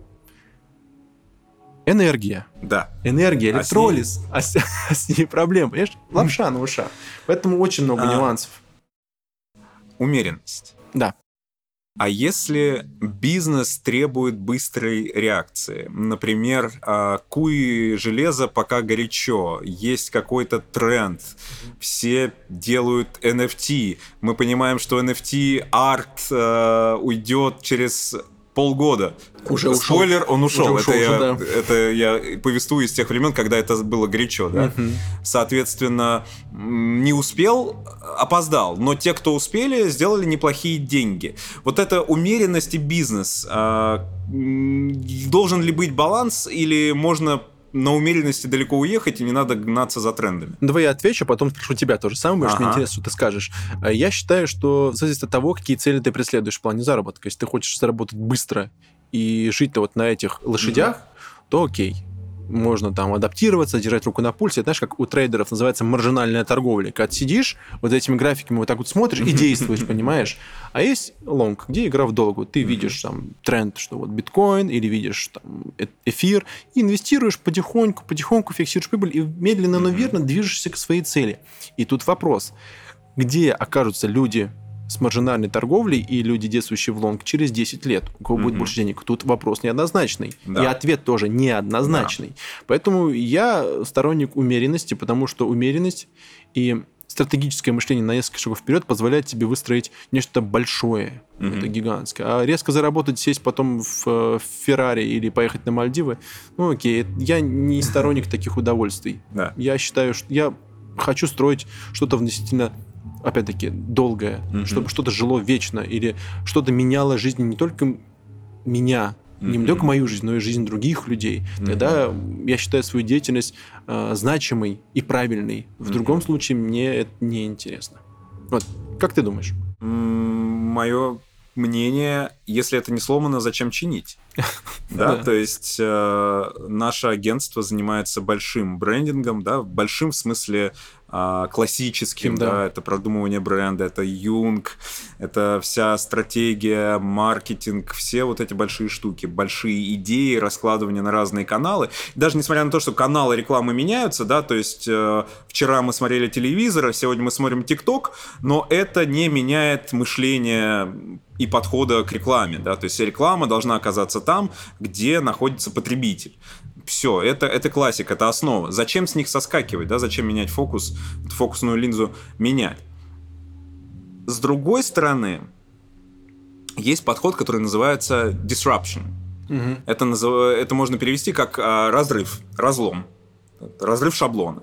Энергия. Да. Энергия, электролиз. А с ней проблем. Понимаешь? Лапша на ушах. Поэтому очень много нюансов. Умеренность. Да. А если бизнес требует быстрой реакции, например, куй железо пока горячо, есть какой-то тренд, все делают NFT, мы понимаем, что NFT-арт уйдет через полгода. Уже ушел. Спойлер, он ушел. Да. Это я повествую из тех времен, когда это было горячо. Да? Соответственно, не успел, опоздал. Но те, кто успели, сделали неплохие деньги. Вот эта умеренность и бизнес. Должен ли быть баланс, или можно на умеренности далеко уехать, и не надо гнаться за трендами? Давай я отвечу, потом спрошу тебя тоже самое, потому что мне интересно, что ты скажешь. Я считаю, что зависит от того, какие цели ты преследуешь в плане заработка. Если ты хочешь заработать быстро и жить-то вот на этих лошадях, то окей. Можно там адаптироваться, держать руку на пульсе. Знаешь, как у трейдеров называется маржинальная торговля. Когда сидишь, вот этими графиками вот так вот смотришь и действуешь, понимаешь? А есть лонг, где игра в долгу. Ты видишь там тренд, что вот биткоин, или видишь там эфир, и инвестируешь потихоньку фиксируешь прибыль, и медленно, но верно движешься к своей цели. И тут вопрос, где окажутся люди с маржинальной торговлей и люди, действующие в лонг, через 10 лет. У кого будет больше денег? Тут вопрос неоднозначный. Да. И ответ тоже неоднозначный. Да. Поэтому я сторонник умеренности, потому что умеренность и стратегическое мышление на несколько шагов вперед позволяет тебе выстроить нечто большое, это гигантское. А резко заработать, сесть потом в Феррари или поехать на Мальдивы, ну окей, я не сторонник таких удовольствий. Да. Я считаю, что я хочу строить что-то относительно, опять-таки, долгое, чтобы что-то жило вечно, или что-то меняло жизнь не только меня, не только мою жизнь, но и жизнь других людей. Тогда я считаю свою деятельность значимой и правильной. В другом случае мне это не интересно. Вот. Как ты думаешь? Мое мнение, если это не сломано, зачем чинить? Да, то есть наше агентство занимается большим брендингом, да, большим в смысле классическим, да, это продумывание бренда, это Юнг, это вся стратегия, маркетинг, все вот эти большие штуки, большие идеи, раскладывание на разные каналы. Даже несмотря на то, что каналы рекламы меняются, да, то есть вчера мы смотрели телевизор, а сегодня мы смотрим ТикТок, но это не меняет мышление и подхода к рекламе, да, то есть реклама должна оказаться там, где находится потребитель. Все, это классика, это основа. Зачем с них соскакивать, да, зачем менять фокус, фокусную линзу менять? С другой стороны, есть подход, который называется disruption. Это можно перевести как разрыв, разлом, разрыв шаблона.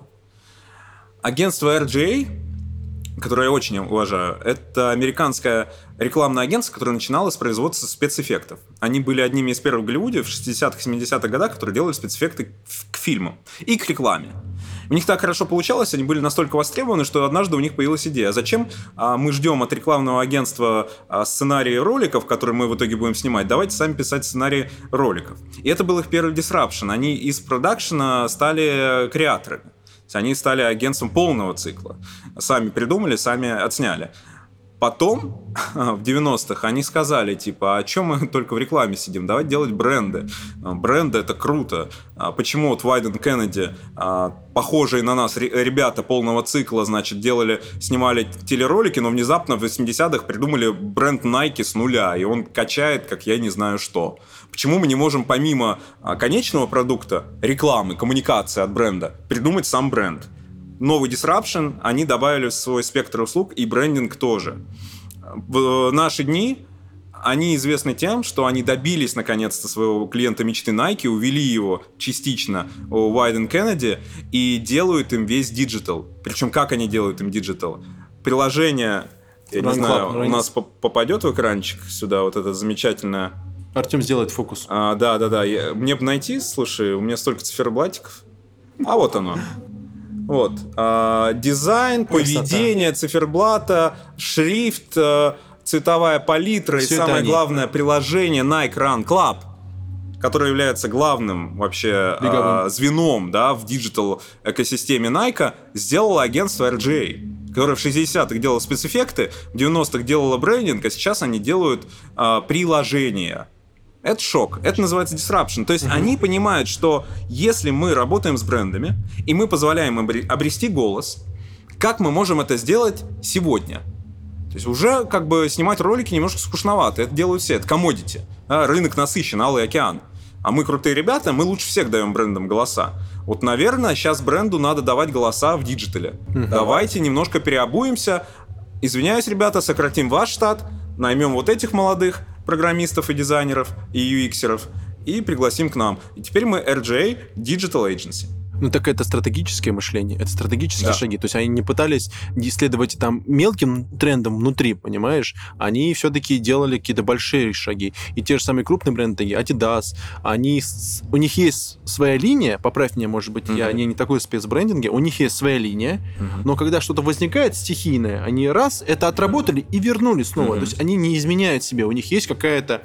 Агентство RGA, которое я очень уважаю, это американское рекламное агентство, которое начинало с производства спецэффектов. Они были одними из первых в Голливуде в 60-х, 70-х годах, которые делали спецэффекты к фильмам и к рекламе. У них так хорошо получалось, они были настолько востребованы, что однажды у них появилась идея. А зачем мы ждем от рекламного агентства сценарии роликов, которые мы в итоге будем снимать? Давайте сами писать сценарии роликов. И это был их первый disruption. Они из продакшена стали креаторами. Они стали агентством полного цикла. Сами придумали, сами отсняли. Потом, в 90-х, они сказали, типа, а чем мы только в рекламе сидим? Давайте делать бренды. Бренды — это круто. Почему вот Wieden Kennedy, похожие на нас ребята полного цикла, значит, снимали телеролики, но внезапно в 80-х придумали бренд Nike с нуля, и он качает, как я не знаю что. Почему мы не можем помимо конечного продукта, рекламы, коммуникации от бренда, придумать сам бренд? Новый disruption, они добавили в свой спектр услуг и брендинг тоже. В наши дни они известны тем, что они добились наконец-то своего клиента мечты Nike, увели его частично у Wieden Kennedy и делают им весь диджитал. Причем как они делают им диджитал? Приложение, я не знаю, у нас попадет в экранчик сюда вот это замечательное... Артем сделает фокус. Да. Мне бы найти, слушай, у меня столько циферблатиков. А вот оно. Вот. Дизайн, поведение циферблата, шрифт, цветовая палитра все и самое главное приложение Nike Run Club, которое является главным вообще звеном, да, в диджитал экосистеме Nike, сделало агентство RGA, которое в 60-х делало спецэффекты, в 90-х делало брендинг, а сейчас они делают приложения. Это шок. Это называется disruption. То есть они понимают, что если мы работаем с брендами, и мы позволяем им обрести голос, как мы можем это сделать сегодня? То есть уже как бы снимать ролики немножко скучновато. Это делают все. Это commodity. Рынок насыщен, алый океан. А мы крутые ребята, мы лучше всех даем брендам голоса. Вот, наверное, сейчас бренду надо давать голоса в диджитале. Давайте немножко переобуемся. Извиняюсь, ребята, сократим ваш штат, наймем вот этих молодых программистов и дизайнеров, и UX-еров, и пригласим к нам. И теперь мы RGA Digital Agency. Ну, так это стратегическое мышление, это стратегические шаги. То есть они не пытались исследовать там мелким трендом внутри, понимаешь? Они все-таки делали какие-то большие шаги. И те же самые крупные бренды, Adidas, у них есть своя линия, поправь меня, может быть, я не такой спец в брендинге, у них есть своя линия, но когда что-то возникает стихийное, они раз, это отработали и вернули снова. То есть они не изменяют себе, у них есть какая-то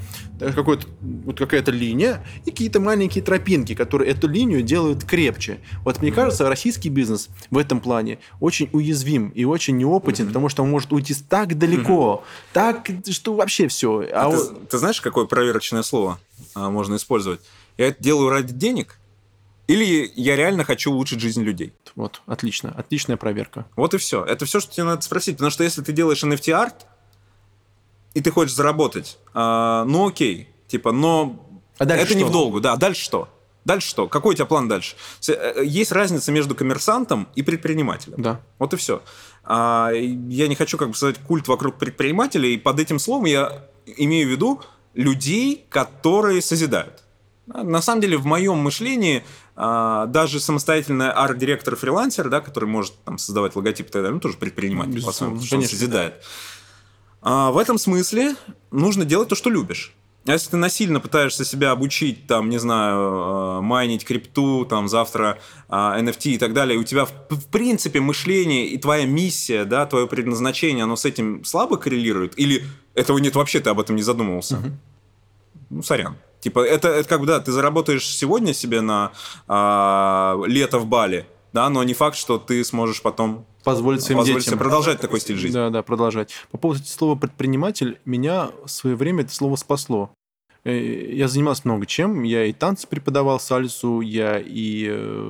линия и какие-то маленькие тропинки, которые эту линию делают крепче. Вот мне кажется, российский бизнес в этом плане очень уязвим и очень неопытен, потому что он может уйти так далеко, так, что вообще все. Ты знаешь, какое проверочное слово можно использовать? Я это делаю ради денег? Или я реально хочу улучшить жизнь людей? Вот, отлично. Отличная проверка. Вот и все. Это все, что тебе надо спросить. Потому что если ты делаешь NFT-арт, и ты хочешь заработать, ну окей, типа, но это что? Не в долгу. Да, дальше что? Дальше что? Какой у тебя план дальше? Есть разница между коммерсантом и предпринимателем. Да. Вот и все. Я не хочу как бы создать культ вокруг предпринимателей, и под этим словом я имею в виду людей, которые созидают. На самом деле, в моем мышлении даже самостоятельный арт-директор-фрилансер, да, который может там создавать логотип и так далее, он тоже предприниматель, потому что он созидает. В этом смысле нужно делать то, что любишь. А если ты насильно пытаешься себя обучить, там, не знаю, майнить крипту, там, завтра NFT и так далее, и у тебя, в принципе, мышление и твоя миссия, да, твое предназначение, оно с этим слабо коррелирует, или этого нет вообще, ты об этом не задумывался? Ну, сорян. Типа, это как бы, да, ты заработаешь сегодня себе на лето в Бали, да, но не факт, что ты сможешь потом позволить своим детям себе продолжать такой стиль жизни. Да, продолжать. По поводу слова «предприниматель», меня в свое время это слово спасло. Я занимался много чем. Я и танцы преподавал, сальсу, я и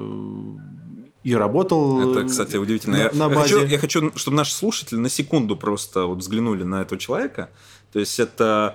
работал. Это, кстати, удивительно. На базе. Я хочу, чтобы наши слушатели на секунду просто вот взглянули на этого человека. То есть это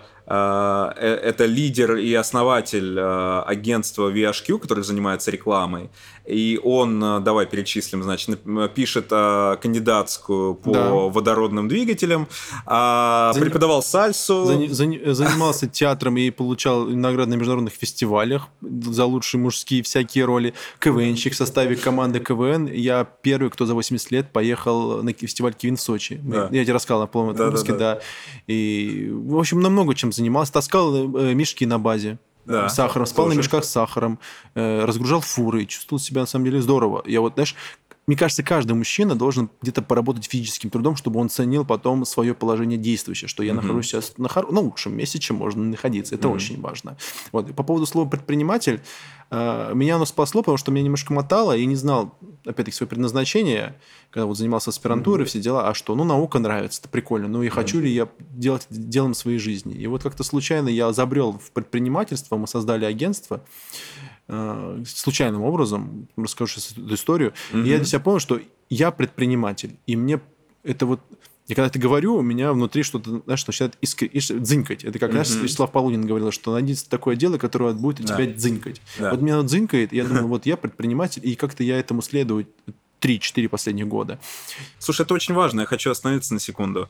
лидер и основатель агентства VHQ, который занимается рекламой. И он, давай перечислим, значит, пишет кандидатскую по водородным двигателям, преподавал сальсу. Занимался театром и получал награды на международных фестивалях за лучшие мужские всякие роли. КВНщик в составе команды КВН. Я первый, кто за 80 лет поехал на фестиваль Кивин в Сочи. Да. Я тебе рассказал на полном выпуске, да. И, в общем, много чем занимался. Таскал мешки на базе. Да, сахаром, спал на мешках с сахаром, разгружал фуры, чувствовал себя на самом деле здорово. Я вот, знаешь, мне кажется, каждый мужчина должен где-то поработать физическим трудом, чтобы он ценил потом свое положение действующее, что я нахожусь сейчас на лучшем месте, чем можно находиться. Это очень важно. Вот. И по поводу слова «предприниматель», меня оно спасло, потому что меня немножко мотало, и не знал, опять-таки, свое предназначение, когда вот занимался аспирантурой, все дела, а что? Ну, наука нравится, это прикольно, ну, и хочу ли я делать делом своей жизни? И вот как-то случайно я забрел в предпринимательство, мы создали агентство, случайным образом, расскажу сейчас эту историю, и я для себя понял, что я предприниматель, и мне это вот... Я когда это говорю, у меня внутри что-то, знаешь, начинает дзынькать. Это как, знаешь, Вячеслав Полунин говорил, что найди такое дело, которое будет у тебя дзынькать. Да. Вот меня дзынькает, и я думаю, вот я предприниматель, и как-то я этому следую 3-4 последних года. Слушай, это очень важно, я хочу остановиться на секунду.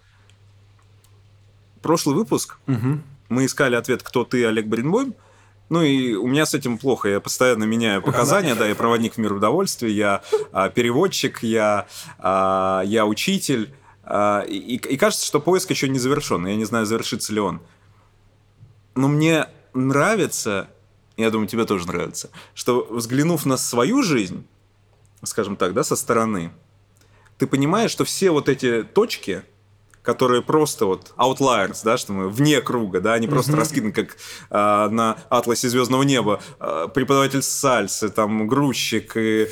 Прошлый выпуск, мы искали ответ, кто ты, Олег Баренбойм. Ну и у меня с этим плохо, я постоянно меняю показания, да, я проводник в мир удовольствия, я переводчик, я учитель. И кажется, что поиск еще не завершен. Я не знаю, завершится ли он. Но мне нравится, я думаю, тебе тоже нравится, что, взглянув на свою жизнь, скажем так, да, со стороны, ты понимаешь, что все вот эти точки, которые просто вот outliers, да, что мы вне круга, да, они просто раскиданы, как на атласе звездного неба, преподаватель сальсы, там, грузчик, и,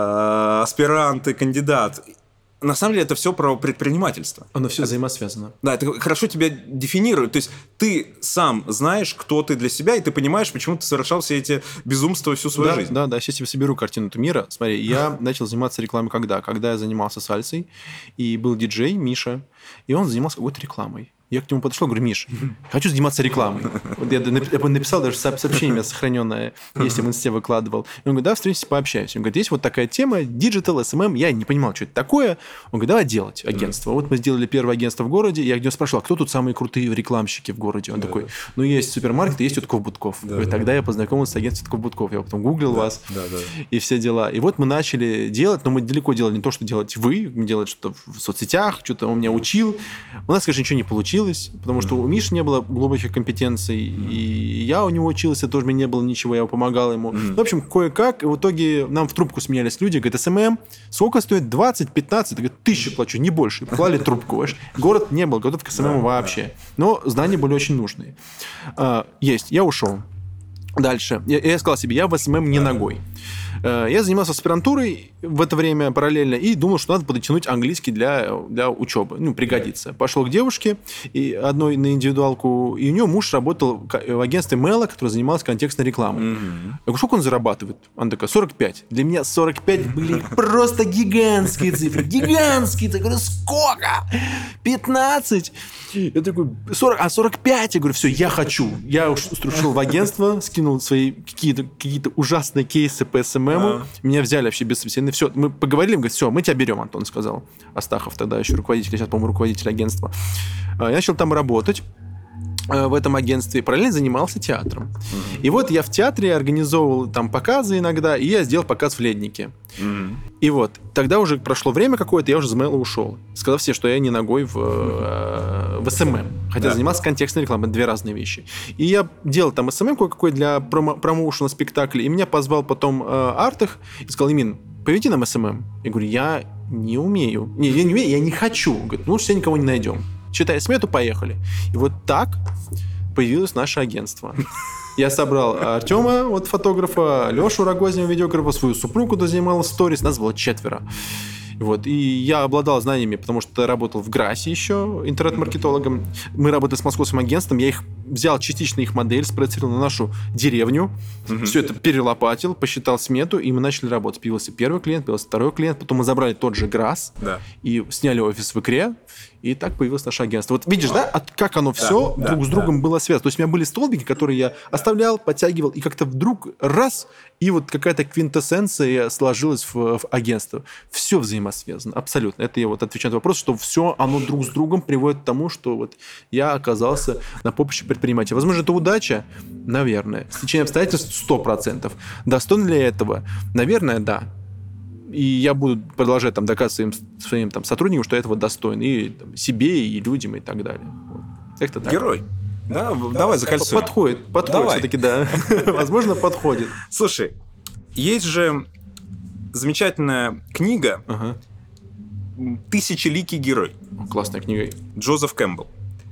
аспирант и кандидат. На самом деле это все про предпринимательство. Оно все взаимосвязано. Да, это хорошо тебя дефинирует. То есть ты сам знаешь, кто ты для себя, и ты понимаешь, почему ты совершал все эти безумства всю свою жизнь. Да, сейчас я соберу картину мира. Смотри, я начал заниматься рекламой когда? Когда я занимался сальсой, и был диджей Миша, и он занимался какой-то рекламой. Я к нему подошел, говорю: Миш, хочу заниматься рекламой. Вот я написал даже сообщение у меня сохраненное, если в инсте выкладывал. И он говорит: да, встретимся, пообщаемся. Он говорит: есть вот такая тема, Digital, SMM. Я не понимал, что это такое. Он говорит: давай делать агентство. Вот мы сделали первое агентство в городе. Я у него спрашивал: а кто тут самые крутые рекламщики в городе? Он такой: ну, есть супермаркет, есть Утков-Будков. Тогда я познакомился с агентством Утков-Будков. Я потом гуглил вас и все дела. И вот мы начали делать, но мы далеко делали не то, что делать вы, мы делали что-то в соцсетях, что-то он меня учил. У нас, конечно, ничего не получилось, потому что у Миши не было глубоких компетенций, и я у него учился, тоже мне не было ничего, я помогал ему. В общем, кое-как, и в итоге нам в трубку смеялись люди, говорят: СММ, сколько стоит? 20-15? Говорят: 1000 плачу, не больше. Клали трубку. Понимаешь? Город не был готов к СММ вообще. Но знания были очень нужные. Есть, я ушел. Дальше. Я сказал себе: я в СММ не ногой. Я занимался аспирантурой в это время параллельно и думал, что надо подтянуть английский для учебы. Ну, пригодится. Пошел к девушке, и одной на индивидуалку, и у нее муж работал в агентстве Мэла, который занимался контекстной рекламой. Я говорю: сколько он зарабатывает? Она такая: 45. Для меня 45 были просто гигантские цифры. Гигантские. Я говорю: сколько? 15? Я такой: 40, 45? Я говорю: все, я хочу. Я ушел в агентство, скинул свои какие-то ужасные кейсы по СММу. Меня взяли вообще без собеседования. Все, мы поговорили, говорит: все, мы тебя берем, Антон сказал. Астахов тогда еще руководитель, сейчас, по-моему, руководитель агентства. Я начал там работать в этом агентстве, и параллельно занимался театром. И вот я в театре организовывал там показы иногда, и я сделал показ в Леднике. И вот, тогда уже прошло время какое-то, я уже с Мэла ушел, сказав все, что я не ногой в СММ. Хотя занимался контекстной рекламой, это две разные вещи. И я делал там СММ кое-какой для промоушена спектакля, и меня позвал потом Артах и сказал: Имин, поведи нам СММ. Я говорю: я не умею. Я не умею, я не хочу. Он говорит: ну, лучше все никого не найдем. Читай смету, поехали. И вот так появилось наше агентство. Я собрал Артема, вот фотографа, Лешу Рогозина, видеографа, свою супругу, которая занималась сторис. Нас было 4. Вот. И я обладал знаниями, потому что работал в ГРАСе еще интернет-маркетологом. Мы работали с московским агентством. Я их взял частично их модель, спроецировал на нашу деревню, все это перелопатил, посчитал смету, и мы начали работать. Появился первый клиент, появился второй клиент, потом мы забрали тот же ГРАС и сняли офис в Икре, и так появилось наше агентство. Вот видишь, как оно все друг с другом было связано. То есть у меня были столбики, которые я оставлял, подтягивал, и как-то вдруг раз, и вот какая-то квинтэссенция сложилась в агентство. Все взаимосвязано, абсолютно. Это я вот отвечаю на вопрос, что все оно друг с другом приводит к тому, что вот я оказался на поприще предпринимателя. Возможно, это удача? Наверное. Стечение обстоятельств 100%. Достойно ли этого? Наверное, да. И я буду продолжать там доказывать своим там, сотрудникам, что этого достоин. И там, себе, и людям, и так далее. Вот. Как-то так. Герой. Да, давай закольцуем. Подходит все-таки, да. Возможно, подходит. Слушай, есть же замечательная книга «Тысячеликий герой». Классная книга. Джозеф Кэмпбелл,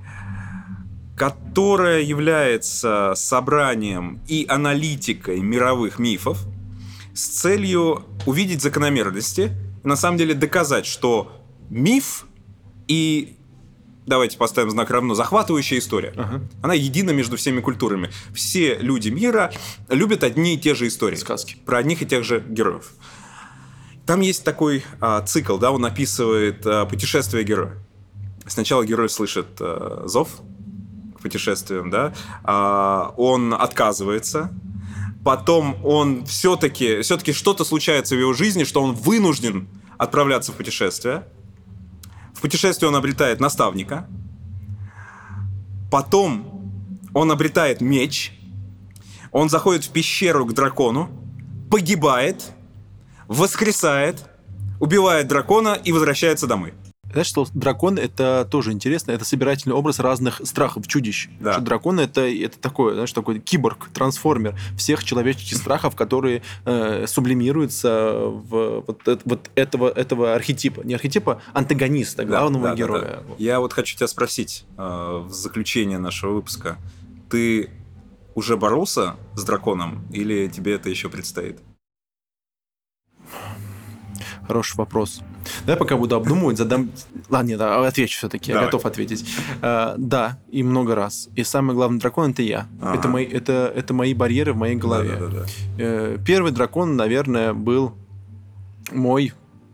которая является собранием и аналитикой мировых мифов с целью увидеть закономерности и на самом деле доказать, что миф и, давайте поставим знак равно, захватывающая история, она едина между всеми культурами. Все люди мира любят одни и те же истории. Сказки. Про одних и тех же героев. Там есть такой цикл, да, он описывает путешествие героя. Сначала герой слышит зов к путешествиям, да, он отказывается, потом он все-таки что-то случается в его жизни, что он вынужден отправляться в путешествие. В путешествии он обретает наставника, потом он обретает меч, он заходит в пещеру к дракону, погибает, воскресает, убивает дракона и возвращается домой. Знаешь, что дракон — это тоже интересно, это собирательный образ разных страхов, чудищ. Да. Что дракон — это такой, знаешь, такой киборг, трансформер всех человеческих страхов, которые сублимируются в вот этого архетипа. Не архетипа, антагониста, главного героя. Да. Я вот хочу тебя спросить в заключение нашего выпуска. Ты уже боролся с драконом или тебе это еще предстоит? Хороший вопрос. Давай пока буду обдумывать, задам... Ладно, отвечу все-таки, я готов ответить. Да, и много раз. И самый главный дракон — это я. Это мои барьеры в моей голове. Первый дракон, наверное, был мой...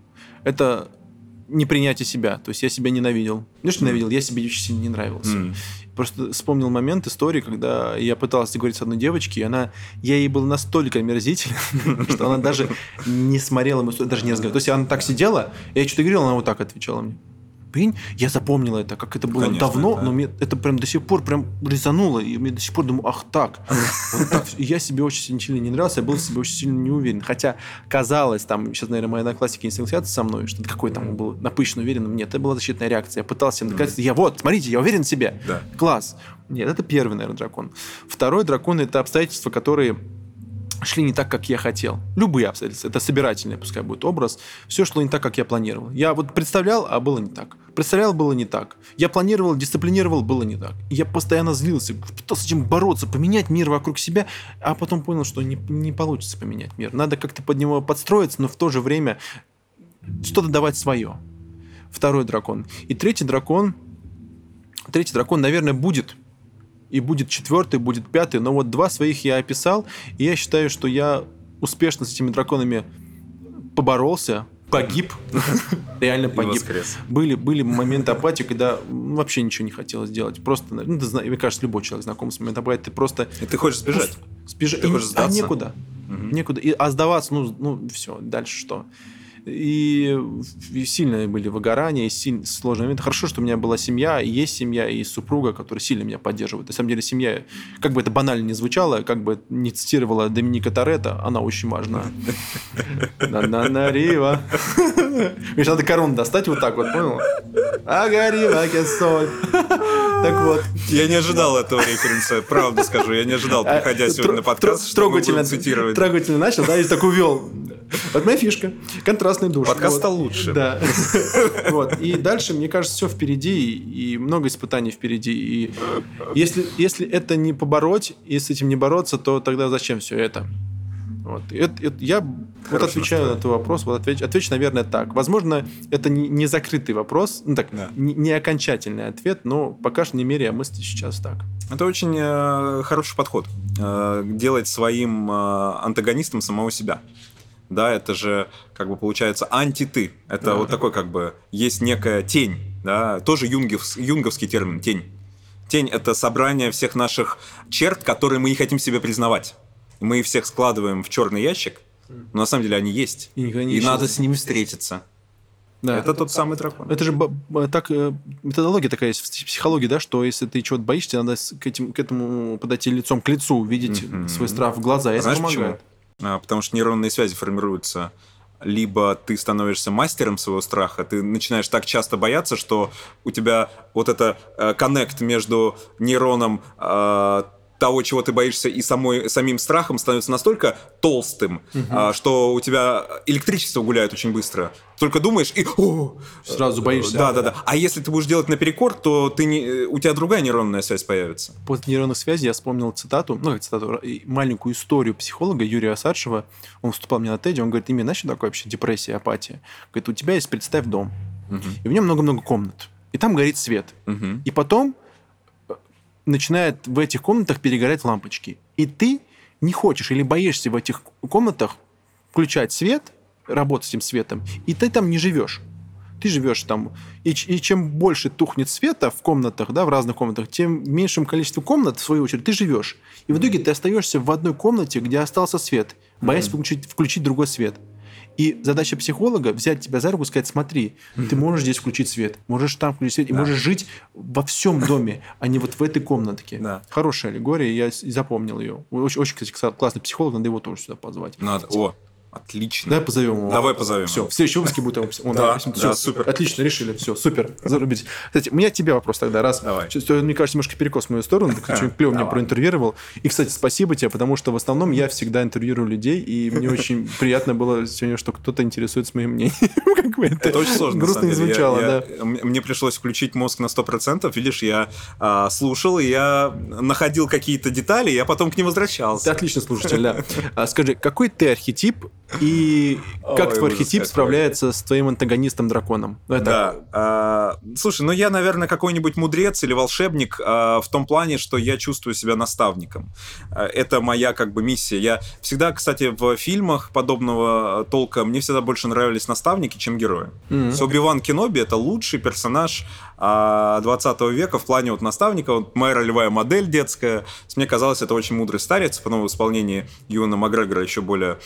Это непринятие себя. То есть я себя ненавидел. Не что ненавидел, я себе очень сильно не нравился. Просто вспомнил момент истории, когда я пытался говорить с одной девочкой, и я ей был настолько омерзителен, что она даже не смотрела, даже не разговаривала. То есть она так сидела, я что-то говорил, она вот так отвечала мне. Прикинь, я запомнила это, как это было Конечно, давно, да. но мне это прям до сих пор прям резануло, и мне до сих пор думаю, ах так. Вот так. И я себе очень сильно не нравился, я был в себе очень сильно не уверен. Хотя казалось, там, сейчас, наверное, мои одноклассники не согласятся со мной, что какой там был напыщенно уверен. Нет, это была защитная реакция. Я пытался им доказать, смотрите, я уверен в себе. Да. Класс. Нет, это первый, наверное, дракон. Второй дракон — это обстоятельства, которые шли не так, как я хотел. Любые обстоятельства. Это собирательный, пускай будет образ. Все шло не так, как я планировал. Я вот представлял, а было не так. Представлял, было не так. Я планировал, дисциплинировал, было не так. И я постоянно злился, пытался с этим бороться, поменять мир вокруг себя, а потом понял, что не получится поменять мир. Надо как-то под него подстроиться, но в то же время что-то давать свое. Второй дракон. И третий дракон, наверное, будет. И будет четвертый, будет пятый. Но вот два своих я описал. И я считаю, что я успешно с этими драконами поборолся. Погиб. Реально погиб. Были моменты апатии, когда вообще ничего не хотелось делать. Просто, мне кажется, любой человек знаком с моментом апатии. Ты просто... И ты хочешь сбежать. Ты хочешь сдаться. Некуда. Некуда. А сдаваться, все, дальше что? И сильные были выгорания, и сложные моменты. Хорошо, что у меня была семья, и есть семья, и супруга, которая сильно меня поддерживает. На самом деле семья, как бы это банально не звучало, как бы не цитировала Доминика Торетто, она очень важна. На-на-на-рива. Мне надо корону достать вот так вот, понял? Агарива кесоль. Так вот. Я не ожидал этого референса, правда скажу. Я не ожидал, приходя сегодня на подкаст, что мы будем цитировать. Трогательно начал, да, и так увел. Вот моя фишка. Контрастный душ. Подкаст стал лучше. Да. Вот. И дальше, мне кажется, все впереди, и много испытаний впереди. И если это не побороть, и с этим не бороться, то тогда зачем все это? Вот. Я вот отвечаю на твой вопрос, отвечу, наверное, так. Возможно, это не закрытый вопрос, не окончательный ответ, но пока что не мере я мысли сейчас так. Это очень хороший подход. Делать своим антагонистом самого себя. Да, это же, как бы, получается, анти-ты. Это вот такой, как бы, есть некая тень, да, тоже юнговский термин, тень. Тень — это собрание всех наших черт, которые мы не хотим себе признавать. Мы их всех складываем в черный ящик, но на самом деле они есть. И надо с ними встретиться. Да. Это тот самый дракон. Это же методология такая есть в психологии, да, что если ты чего-то боишься, надо к этому подойти лицом к лицу, увидеть свой страх в глаза. Это знаешь помогает. Почему? Потому что нейронные связи формируются. Либо ты становишься мастером своего страха, ты начинаешь так часто бояться, что у тебя вот это коннект между нейроном того, чего ты боишься, и самим страхом становится настолько толстым, что у тебя электричество гуляет очень быстро. Только думаешь и... сразу боишься. Да. А если ты будешь делать наперекор, то у тебя другая нейронная связь появится. После нейронных связей я вспомнил маленькую историю психолога Юрия Асадшева. Он выступал мне на TED, он говорит: знаешь, что такое вообще депрессия, апатия? Говорит, у тебя есть, представь, дом, и в нем много-много комнат, и там горит свет. И потом начинает в этих комнатах перегорать лампочки. И ты не хочешь или боишься в этих комнатах включать свет, работать с этим светом, и ты там не живешь. Ты живешь там. И чем больше тухнет света в комнатах, да, в разных комнатах, тем в меньшем количестве комнат, в свою очередь, ты живешь. И в итоге ты остаешься в одной комнате, где остался свет, боясь включить другой свет. И задача психолога — взять тебя за руку и сказать: смотри, ты можешь здесь включить свет, можешь там включить свет, и можешь жить во всем доме, а не вот в этой комнатке. Да. Хорошая аллегория, я запомнил ее. Очень, кстати, классный психолог, надо его тоже сюда позвать. Надо. Отлично. Давай позовем его. Давай позовем. Все, в следующем выпуске будет он. Да, все, супер. Отлично, решили. Все, супер. Зарубитесь. Кстати, у меня к тебе вопрос тогда. Давай. Мне кажется, немножко перекос в мою сторону. Ты что-нибудь клево меня проинтервьюировал. И, кстати, спасибо тебе, потому что в основном я всегда интервьюирую людей, и мне очень приятно было сегодня, что кто-то интересуется моим мнением. Это очень сложно. Грустно не звучало, да. Мне пришлось включить мозг на 100%. Видишь, я слушал, и я находил какие-то детали, и я потом к ним возвращался. Ты отлично слушатель, да. Скажи, какой ты архетип и как твой архетип справляется с твоим антагонистом-драконом? Да. Слушай, я, наверное, какой-нибудь мудрец или волшебник в том плане, что я чувствую себя наставником. Это моя, как бы, миссия. Я всегда, кстати, в фильмах подобного толка мне всегда больше нравились наставники, чем герои. Оби-Ван Кеноби — это лучший персонаж 20 века в плане вот наставника. Моя ролевая модель детская. Мне казалось, это очень мудрый старец. Потом в исполнении Юэна Макгрегора еще более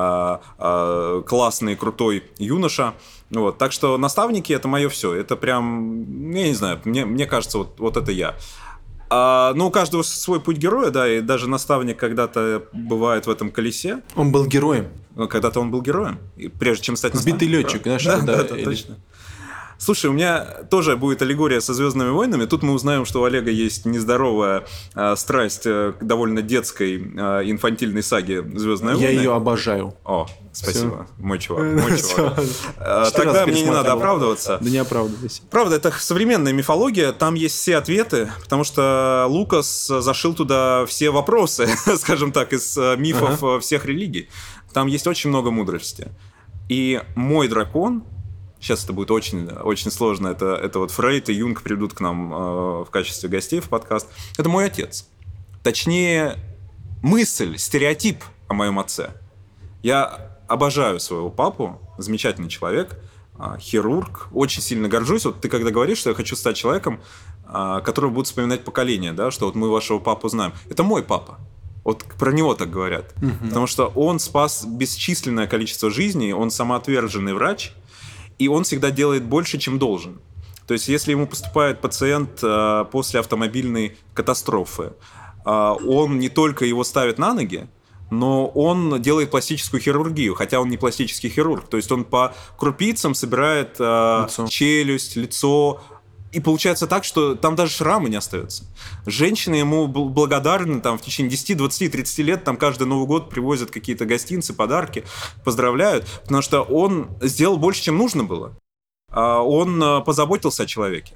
классный, крутой юноша. Вот. Так что наставники — это мое все. Это прям, я не знаю, мне кажется, вот это я. У каждого свой путь героя, да, и даже наставник когда-то бывает в этом колесе. Он был героем. Когда-то он был героем, прежде чем стать наставником. Сбитый летчик, знаешь? Да, точно. Слушай, у меня тоже будет аллегория со «Звездными войнами». Тут мы узнаем, что у Олега есть нездоровая страсть к довольно детской инфантильной саге «Звездные войны». Я ее обожаю. Спасибо. Мой чувак. Тогда мне не надо оправдываться. Да не оправдывайся. Правда, это современная мифология, там есть все ответы, потому что Лукас зашил туда все вопросы, скажем так, из мифов всех религий. Там есть очень много мудрости. И мой дракон... Сейчас это будет очень, очень сложно. Это вот Фрейд и Юнг придут к нам в качестве гостей в подкаст. Это мой отец. Точнее, мысль, стереотип о моем отце. Я обожаю своего папу. Замечательный человек. Хирург. Очень сильно горжусь. Вот ты когда говоришь, что я хочу стать человеком, который будет вспоминать поколение, да, что вот мы вашего папу знаем. Это мой папа. Вот про него так говорят. Потому что он спас бесчисленное количество жизней. Он самоотверженный врач. И он всегда делает больше, чем должен. То есть, если ему поступает пациент после автомобильной катастрофы, он не только его ставит на ноги, но он делает пластическую хирургию, хотя он не пластический хирург. То есть, он по крупицам собирает челюсть, лицо. И получается так, что там даже шрамы не остаются. Женщины ему благодарны, там в течение 10, 20, 30 лет, там каждый Новый год привозят какие-то гостинцы, подарки, поздравляют, потому что он сделал больше, чем нужно было. Он позаботился о человеке.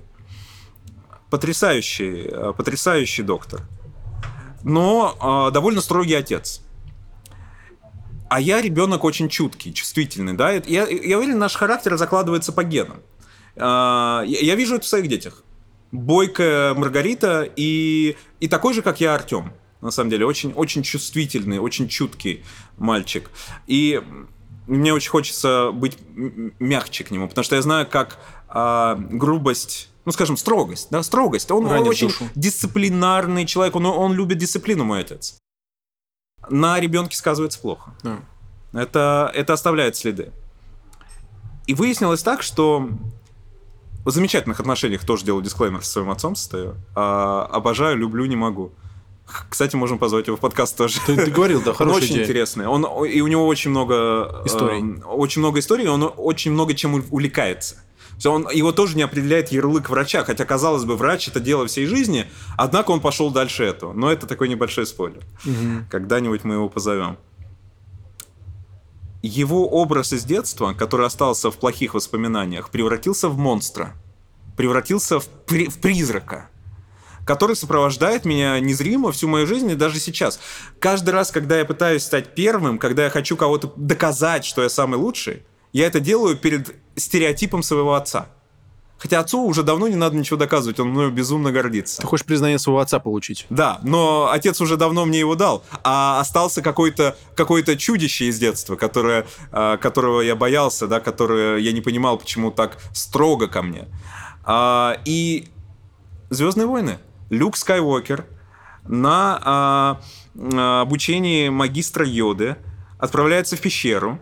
Потрясающий доктор. Но довольно строгий отец. А я ребенок очень чуткий, чувствительный, да. Я уверен, наш характер закладывается по генам. Я вижу это в своих детях. Бойкая Маргарита и такой же, как я, Артем. На самом деле, очень, очень чувствительный, очень чуткий мальчик. И мне очень хочется быть мягче к нему, потому что я знаю, как грубость, ну, скажем, строгость, да, строгость. Он очень дисциплинарный человек, он любит дисциплину, мой отец. На ребенке сказывается плохо. Это оставляет следы. И выяснилось так, что в замечательных отношениях, тоже делаю дисклеймер, со своим отцом состою, обожаю, люблю, не могу. Кстати, можем позвать его в подкаст тоже. Ты говорил, да, хорошая идея. Он очень интересный. И у него очень много историй, он очень много чем увлекается. Его тоже не определяет ярлык врача, хотя, казалось бы, врач — это дело всей жизни, однако он пошел дальше этого. Но это такой небольшой спойлер. Когда-нибудь мы его позовем. Его образ из детства, который остался в плохих воспоминаниях, превратился в монстра, превратился в призрака, который сопровождает меня незримо всю мою жизнь и даже сейчас. Каждый раз, когда я пытаюсь стать первым, когда я хочу кого-то доказать, что я самый лучший, я это делаю перед стереотипом своего отца. Хотя отцу уже давно не надо ничего доказывать, он мною безумно гордится. Ты хочешь признание своего отца получить? Да, но отец уже давно мне его дал, а остался какое-то чудище из детства, которого я боялся, да, которое я не понимал, почему так строго ко мне. И «Звездные войны». Люк Скайуокер на обучении магистра Йоды отправляется в пещеру,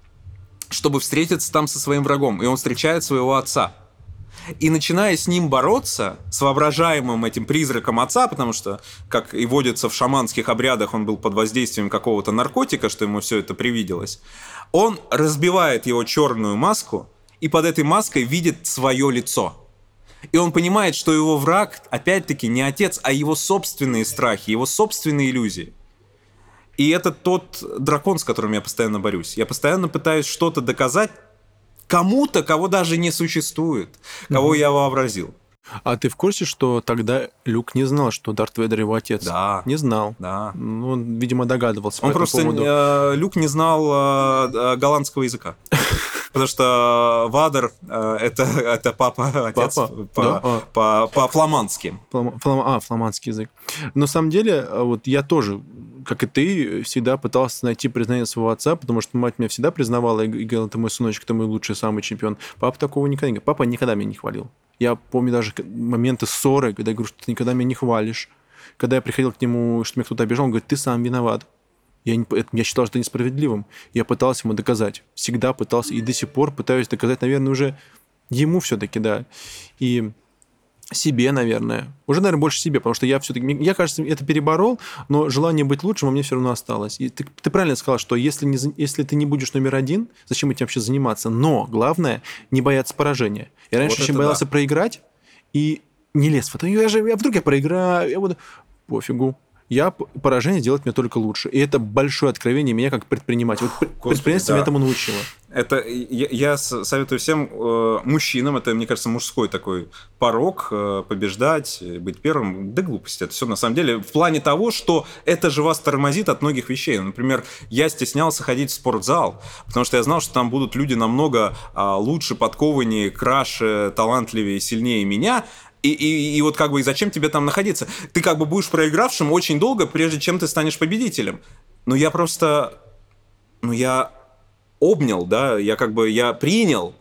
чтобы встретиться там со своим врагом, и он встречает своего отца. И начиная с ним бороться, с воображаемым этим призраком отца, потому что, как и водится в шаманских обрядах, он был под воздействием какого-то наркотика, что ему все это привиделось, он разбивает его черную маску и под этой маской видит свое лицо. И он понимает, что его враг, опять-таки, не отец, а его собственные страхи, его собственные иллюзии. И это тот дракон, с которым я постоянно борюсь. Я постоянно пытаюсь что-то доказать кому-то, кого даже не существует, кого я вообразил. А ты в курсе, что тогда Люк не знал, что Дарт Вейдер его отец? Да. Не знал. Да. Ну, он, видимо, догадывался по этому поводу. Люк не знал голландского языка. Потому что Вадер это папа, отец по-фламандски. Фламандский язык. На самом деле, вот я тоже, как и ты, всегда пытался найти признание своего отца, потому что мать меня всегда признавала и говорила: ты мой сыночек, ты мой лучший, самый чемпион. Папа такого никогда не говорил. Папа никогда меня не хвалил. Я помню даже моменты ссоры, когда я говорю, что ты никогда меня не хвалишь. Когда я приходил к нему, что меня кто-то обижал, он говорит: ты сам виноват. Я считал, что это несправедливым. Я пытался ему доказать. Всегда пытался. И до сих пор пытаюсь доказать, наверное, уже ему все-таки, да. И себе, наверное. Уже, наверное, больше себе, потому что я все-таки... Я, кажется, это переборол, но желание быть лучшим у меня все равно осталось. И ты правильно сказал, что если ты не будешь номер один, зачем этим вообще заниматься? Но главное — не бояться поражения. Я раньше очень боялся проиграть и не лез в это. Вдруг я проиграю, пофигу. Поражение делает меня только лучше. И это большое откровение меня как предпринимателя. Предпринимательство этому научило. Это я советую всем мужчинам, это, мне кажется, мужской такой порог, побеждать, быть первым. Да глупости. Это все на самом деле в плане того, что это же вас тормозит от многих вещей. Например, я стеснялся ходить в спортзал, потому что я знал, что там будут люди намного лучше, подкованнее, краше, талантливее, сильнее меня. И вот как бы, и зачем тебе там находиться? Ты как бы будешь проигравшим очень долго, прежде чем ты станешь победителем. Но я просто... я обнял, да, я принял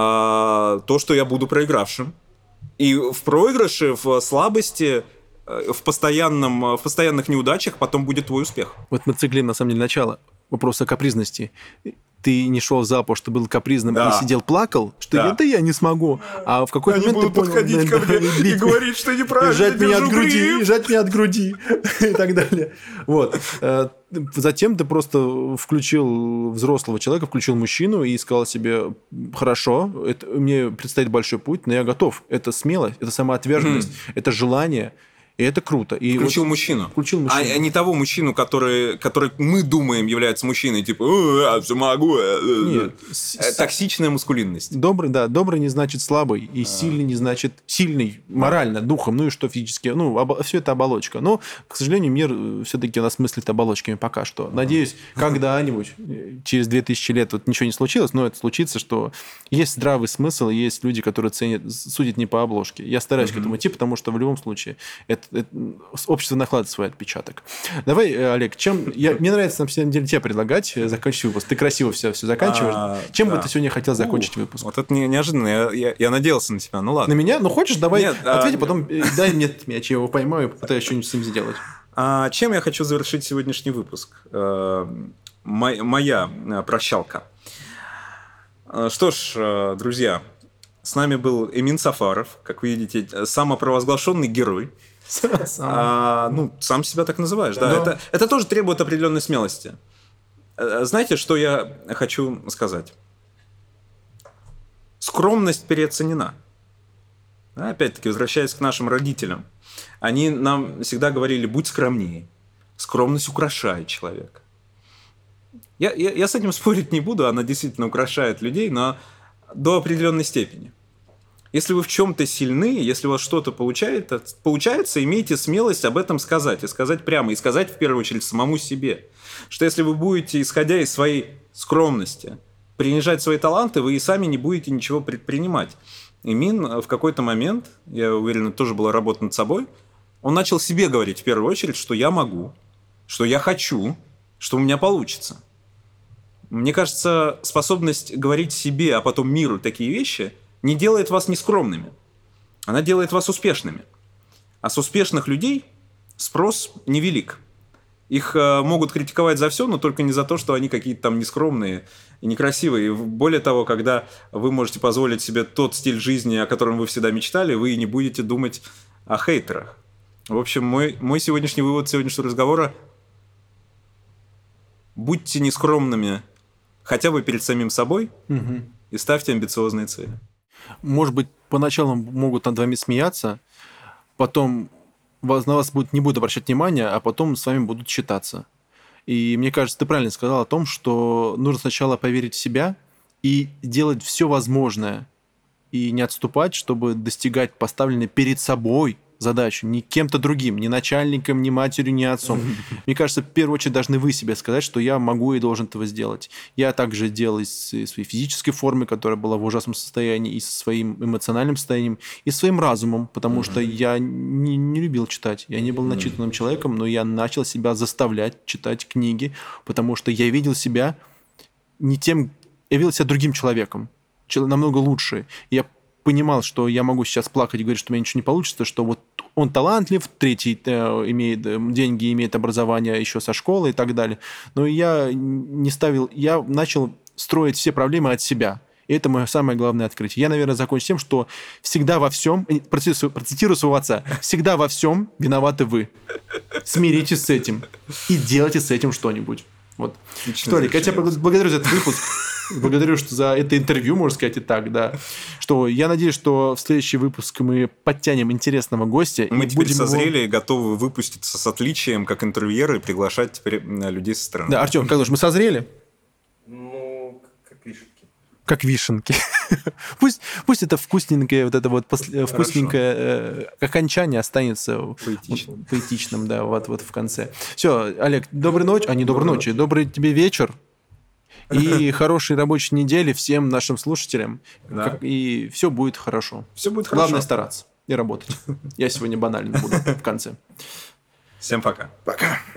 то, что я буду проигравшим. И в проигрыше, в слабости, в постоянных неудачах потом будет твой успех. Вот мы циклим, на самом деле, начало вопроса капризности. Ты не шел в зал, потому что был капризным, и сидел, плакал, что я не смогу. А в какой-то момент ты понял... подходить ко мне и говорить, что неправильно, жать меня от груди и так далее. Вот. Затем ты просто включил взрослого человека, включил мужчину и сказал себе: хорошо, мне предстоит большой путь, но я готов. Это смелость, это самоотверженность, это желание. И это круто. И Включил мужчину. Включил мужчину. А не того мужчину, который мы думаем является мужчиной, типа, я все могу. Нет. Токсичная маскулинность. Добрый не значит слабый, и сильный не значит сильный морально, духом, ну и что физически. Все это оболочка. Но, к сожалению, мир все-таки у нас мыслит оболочками пока что. Надеюсь, когда-нибудь, через 2000 лет, вот ничего не случилось, но это случится, что есть здравый смысл, и есть люди, которые судят не по обложке. Я стараюсь к этому идти, потому что в любом случае общество накладывает свой отпечаток. Давай, Олег, мне нравится, на самом деле, тебе предлагать закончить выпуск. Ты красиво все заканчиваешь. Чем бы ты сегодня хотел закончить выпуск? Вот это неожиданно. Я надеялся на тебя. Ну ладно. На меня? Ну хочешь, давай ответь, а потом дай мне этот мяч, я его поймаю и попытаюсь что-нибудь с ним сделать. Чем я хочу завершить сегодняшний выпуск? Моя прощалка. Что ж, друзья, с нами был Эмин Сафаров, как вы видите, самопровозглашенный герой. Сам себя так называешь, да. Это тоже требует определенной смелости. Знаете, что я хочу сказать? Скромность переоценена. Опять-таки, возвращаясь к нашим родителям. Они нам всегда говорили, будь скромнее. Скромность украшает человека. Я с этим спорить не буду, она действительно украшает людей, но до определенной степени. Если вы в чем-то сильны, если у вас что-то получается, имейте смелость об этом сказать. И сказать прямо. И сказать, в первую очередь, самому себе. Что если вы будете, исходя из своей скромности, принижать свои таланты, вы и сами не будете ничего предпринимать. Эмин в какой-то момент, я уверен, это тоже была работа над собой, он начал себе говорить, в первую очередь, что я могу, что я хочу, что у меня получится. Мне кажется, способность говорить себе, а потом миру такие вещи – не делает вас нескромными. Она делает вас успешными. А с успешных людей спрос невелик. Их могут критиковать за все, но только не за то, что они какие-то там нескромные и некрасивые. И более того, когда вы можете позволить себе тот стиль жизни, о котором вы всегда мечтали, вы не будете думать о хейтерах. В общем, мой сегодняшний вывод сегодняшнего разговора – будьте нескромными хотя бы перед самим собой и ставьте амбициозные цели. Может быть, поначалу могут над вами смеяться, потом на вас не будут обращать внимания, а потом с вами будут считаться. И мне кажется, ты правильно сказал о том, что нужно сначала поверить в себя и делать все возможное, и не отступать, чтобы достигать поставленной перед собой задачу, не кем-то другим, не начальником, не матерью, не отцом. Мне кажется, в первую очередь должны вы себе сказать, что я могу и должен этого сделать. Я также делал из своей физической формы, которая была в ужасном состоянии, и со своим эмоциональным состоянием, и своим разумом, потому что я не любил читать. Я не был начитанным человеком, но я начал себя заставлять читать книги, потому что я видел себя не тем, я видел себя другим человеком, намного лучше. Я понимал, что я могу сейчас плакать и говорить, что у меня ничего не получится, что вот он талантлив, третий имеет деньги, имеет образование еще со школы и так далее. Но я начал строить все проблемы от себя. И это мое самое главное открытие. Я, наверное, закончу тем, что всегда во всем, процитирую своего отца, всегда во всем виноваты вы. Смиритесь с этим и делайте с этим что-нибудь. Вот. Что, Олег, я тебя благодарю за этот выпуск. Благодарю за это интервью, можно сказать и так, да. Что я надеюсь, что в следующий выпуск мы подтянем интересного гостя. Мы теперь созрели и готовы выпуститься с отличием, как интервьюеры, и приглашать теперь людей со стороны. Да, Артем, как думаешь, мы созрели? Ну, как вишенки. Как вишенки. Пусть это вкусненькое, вот это вот вкусненькое окончание останется поэтичным, да, вот в конце. Все, Олег, доброй ночи, не доброй ночи, добрый тебе вечер. И хорошей рабочей недели всем нашим слушателям. Да. И все будет хорошо. Все будет хорошо. Главное стараться и работать. Я сегодня банально буду в конце. Всем пока. Пока.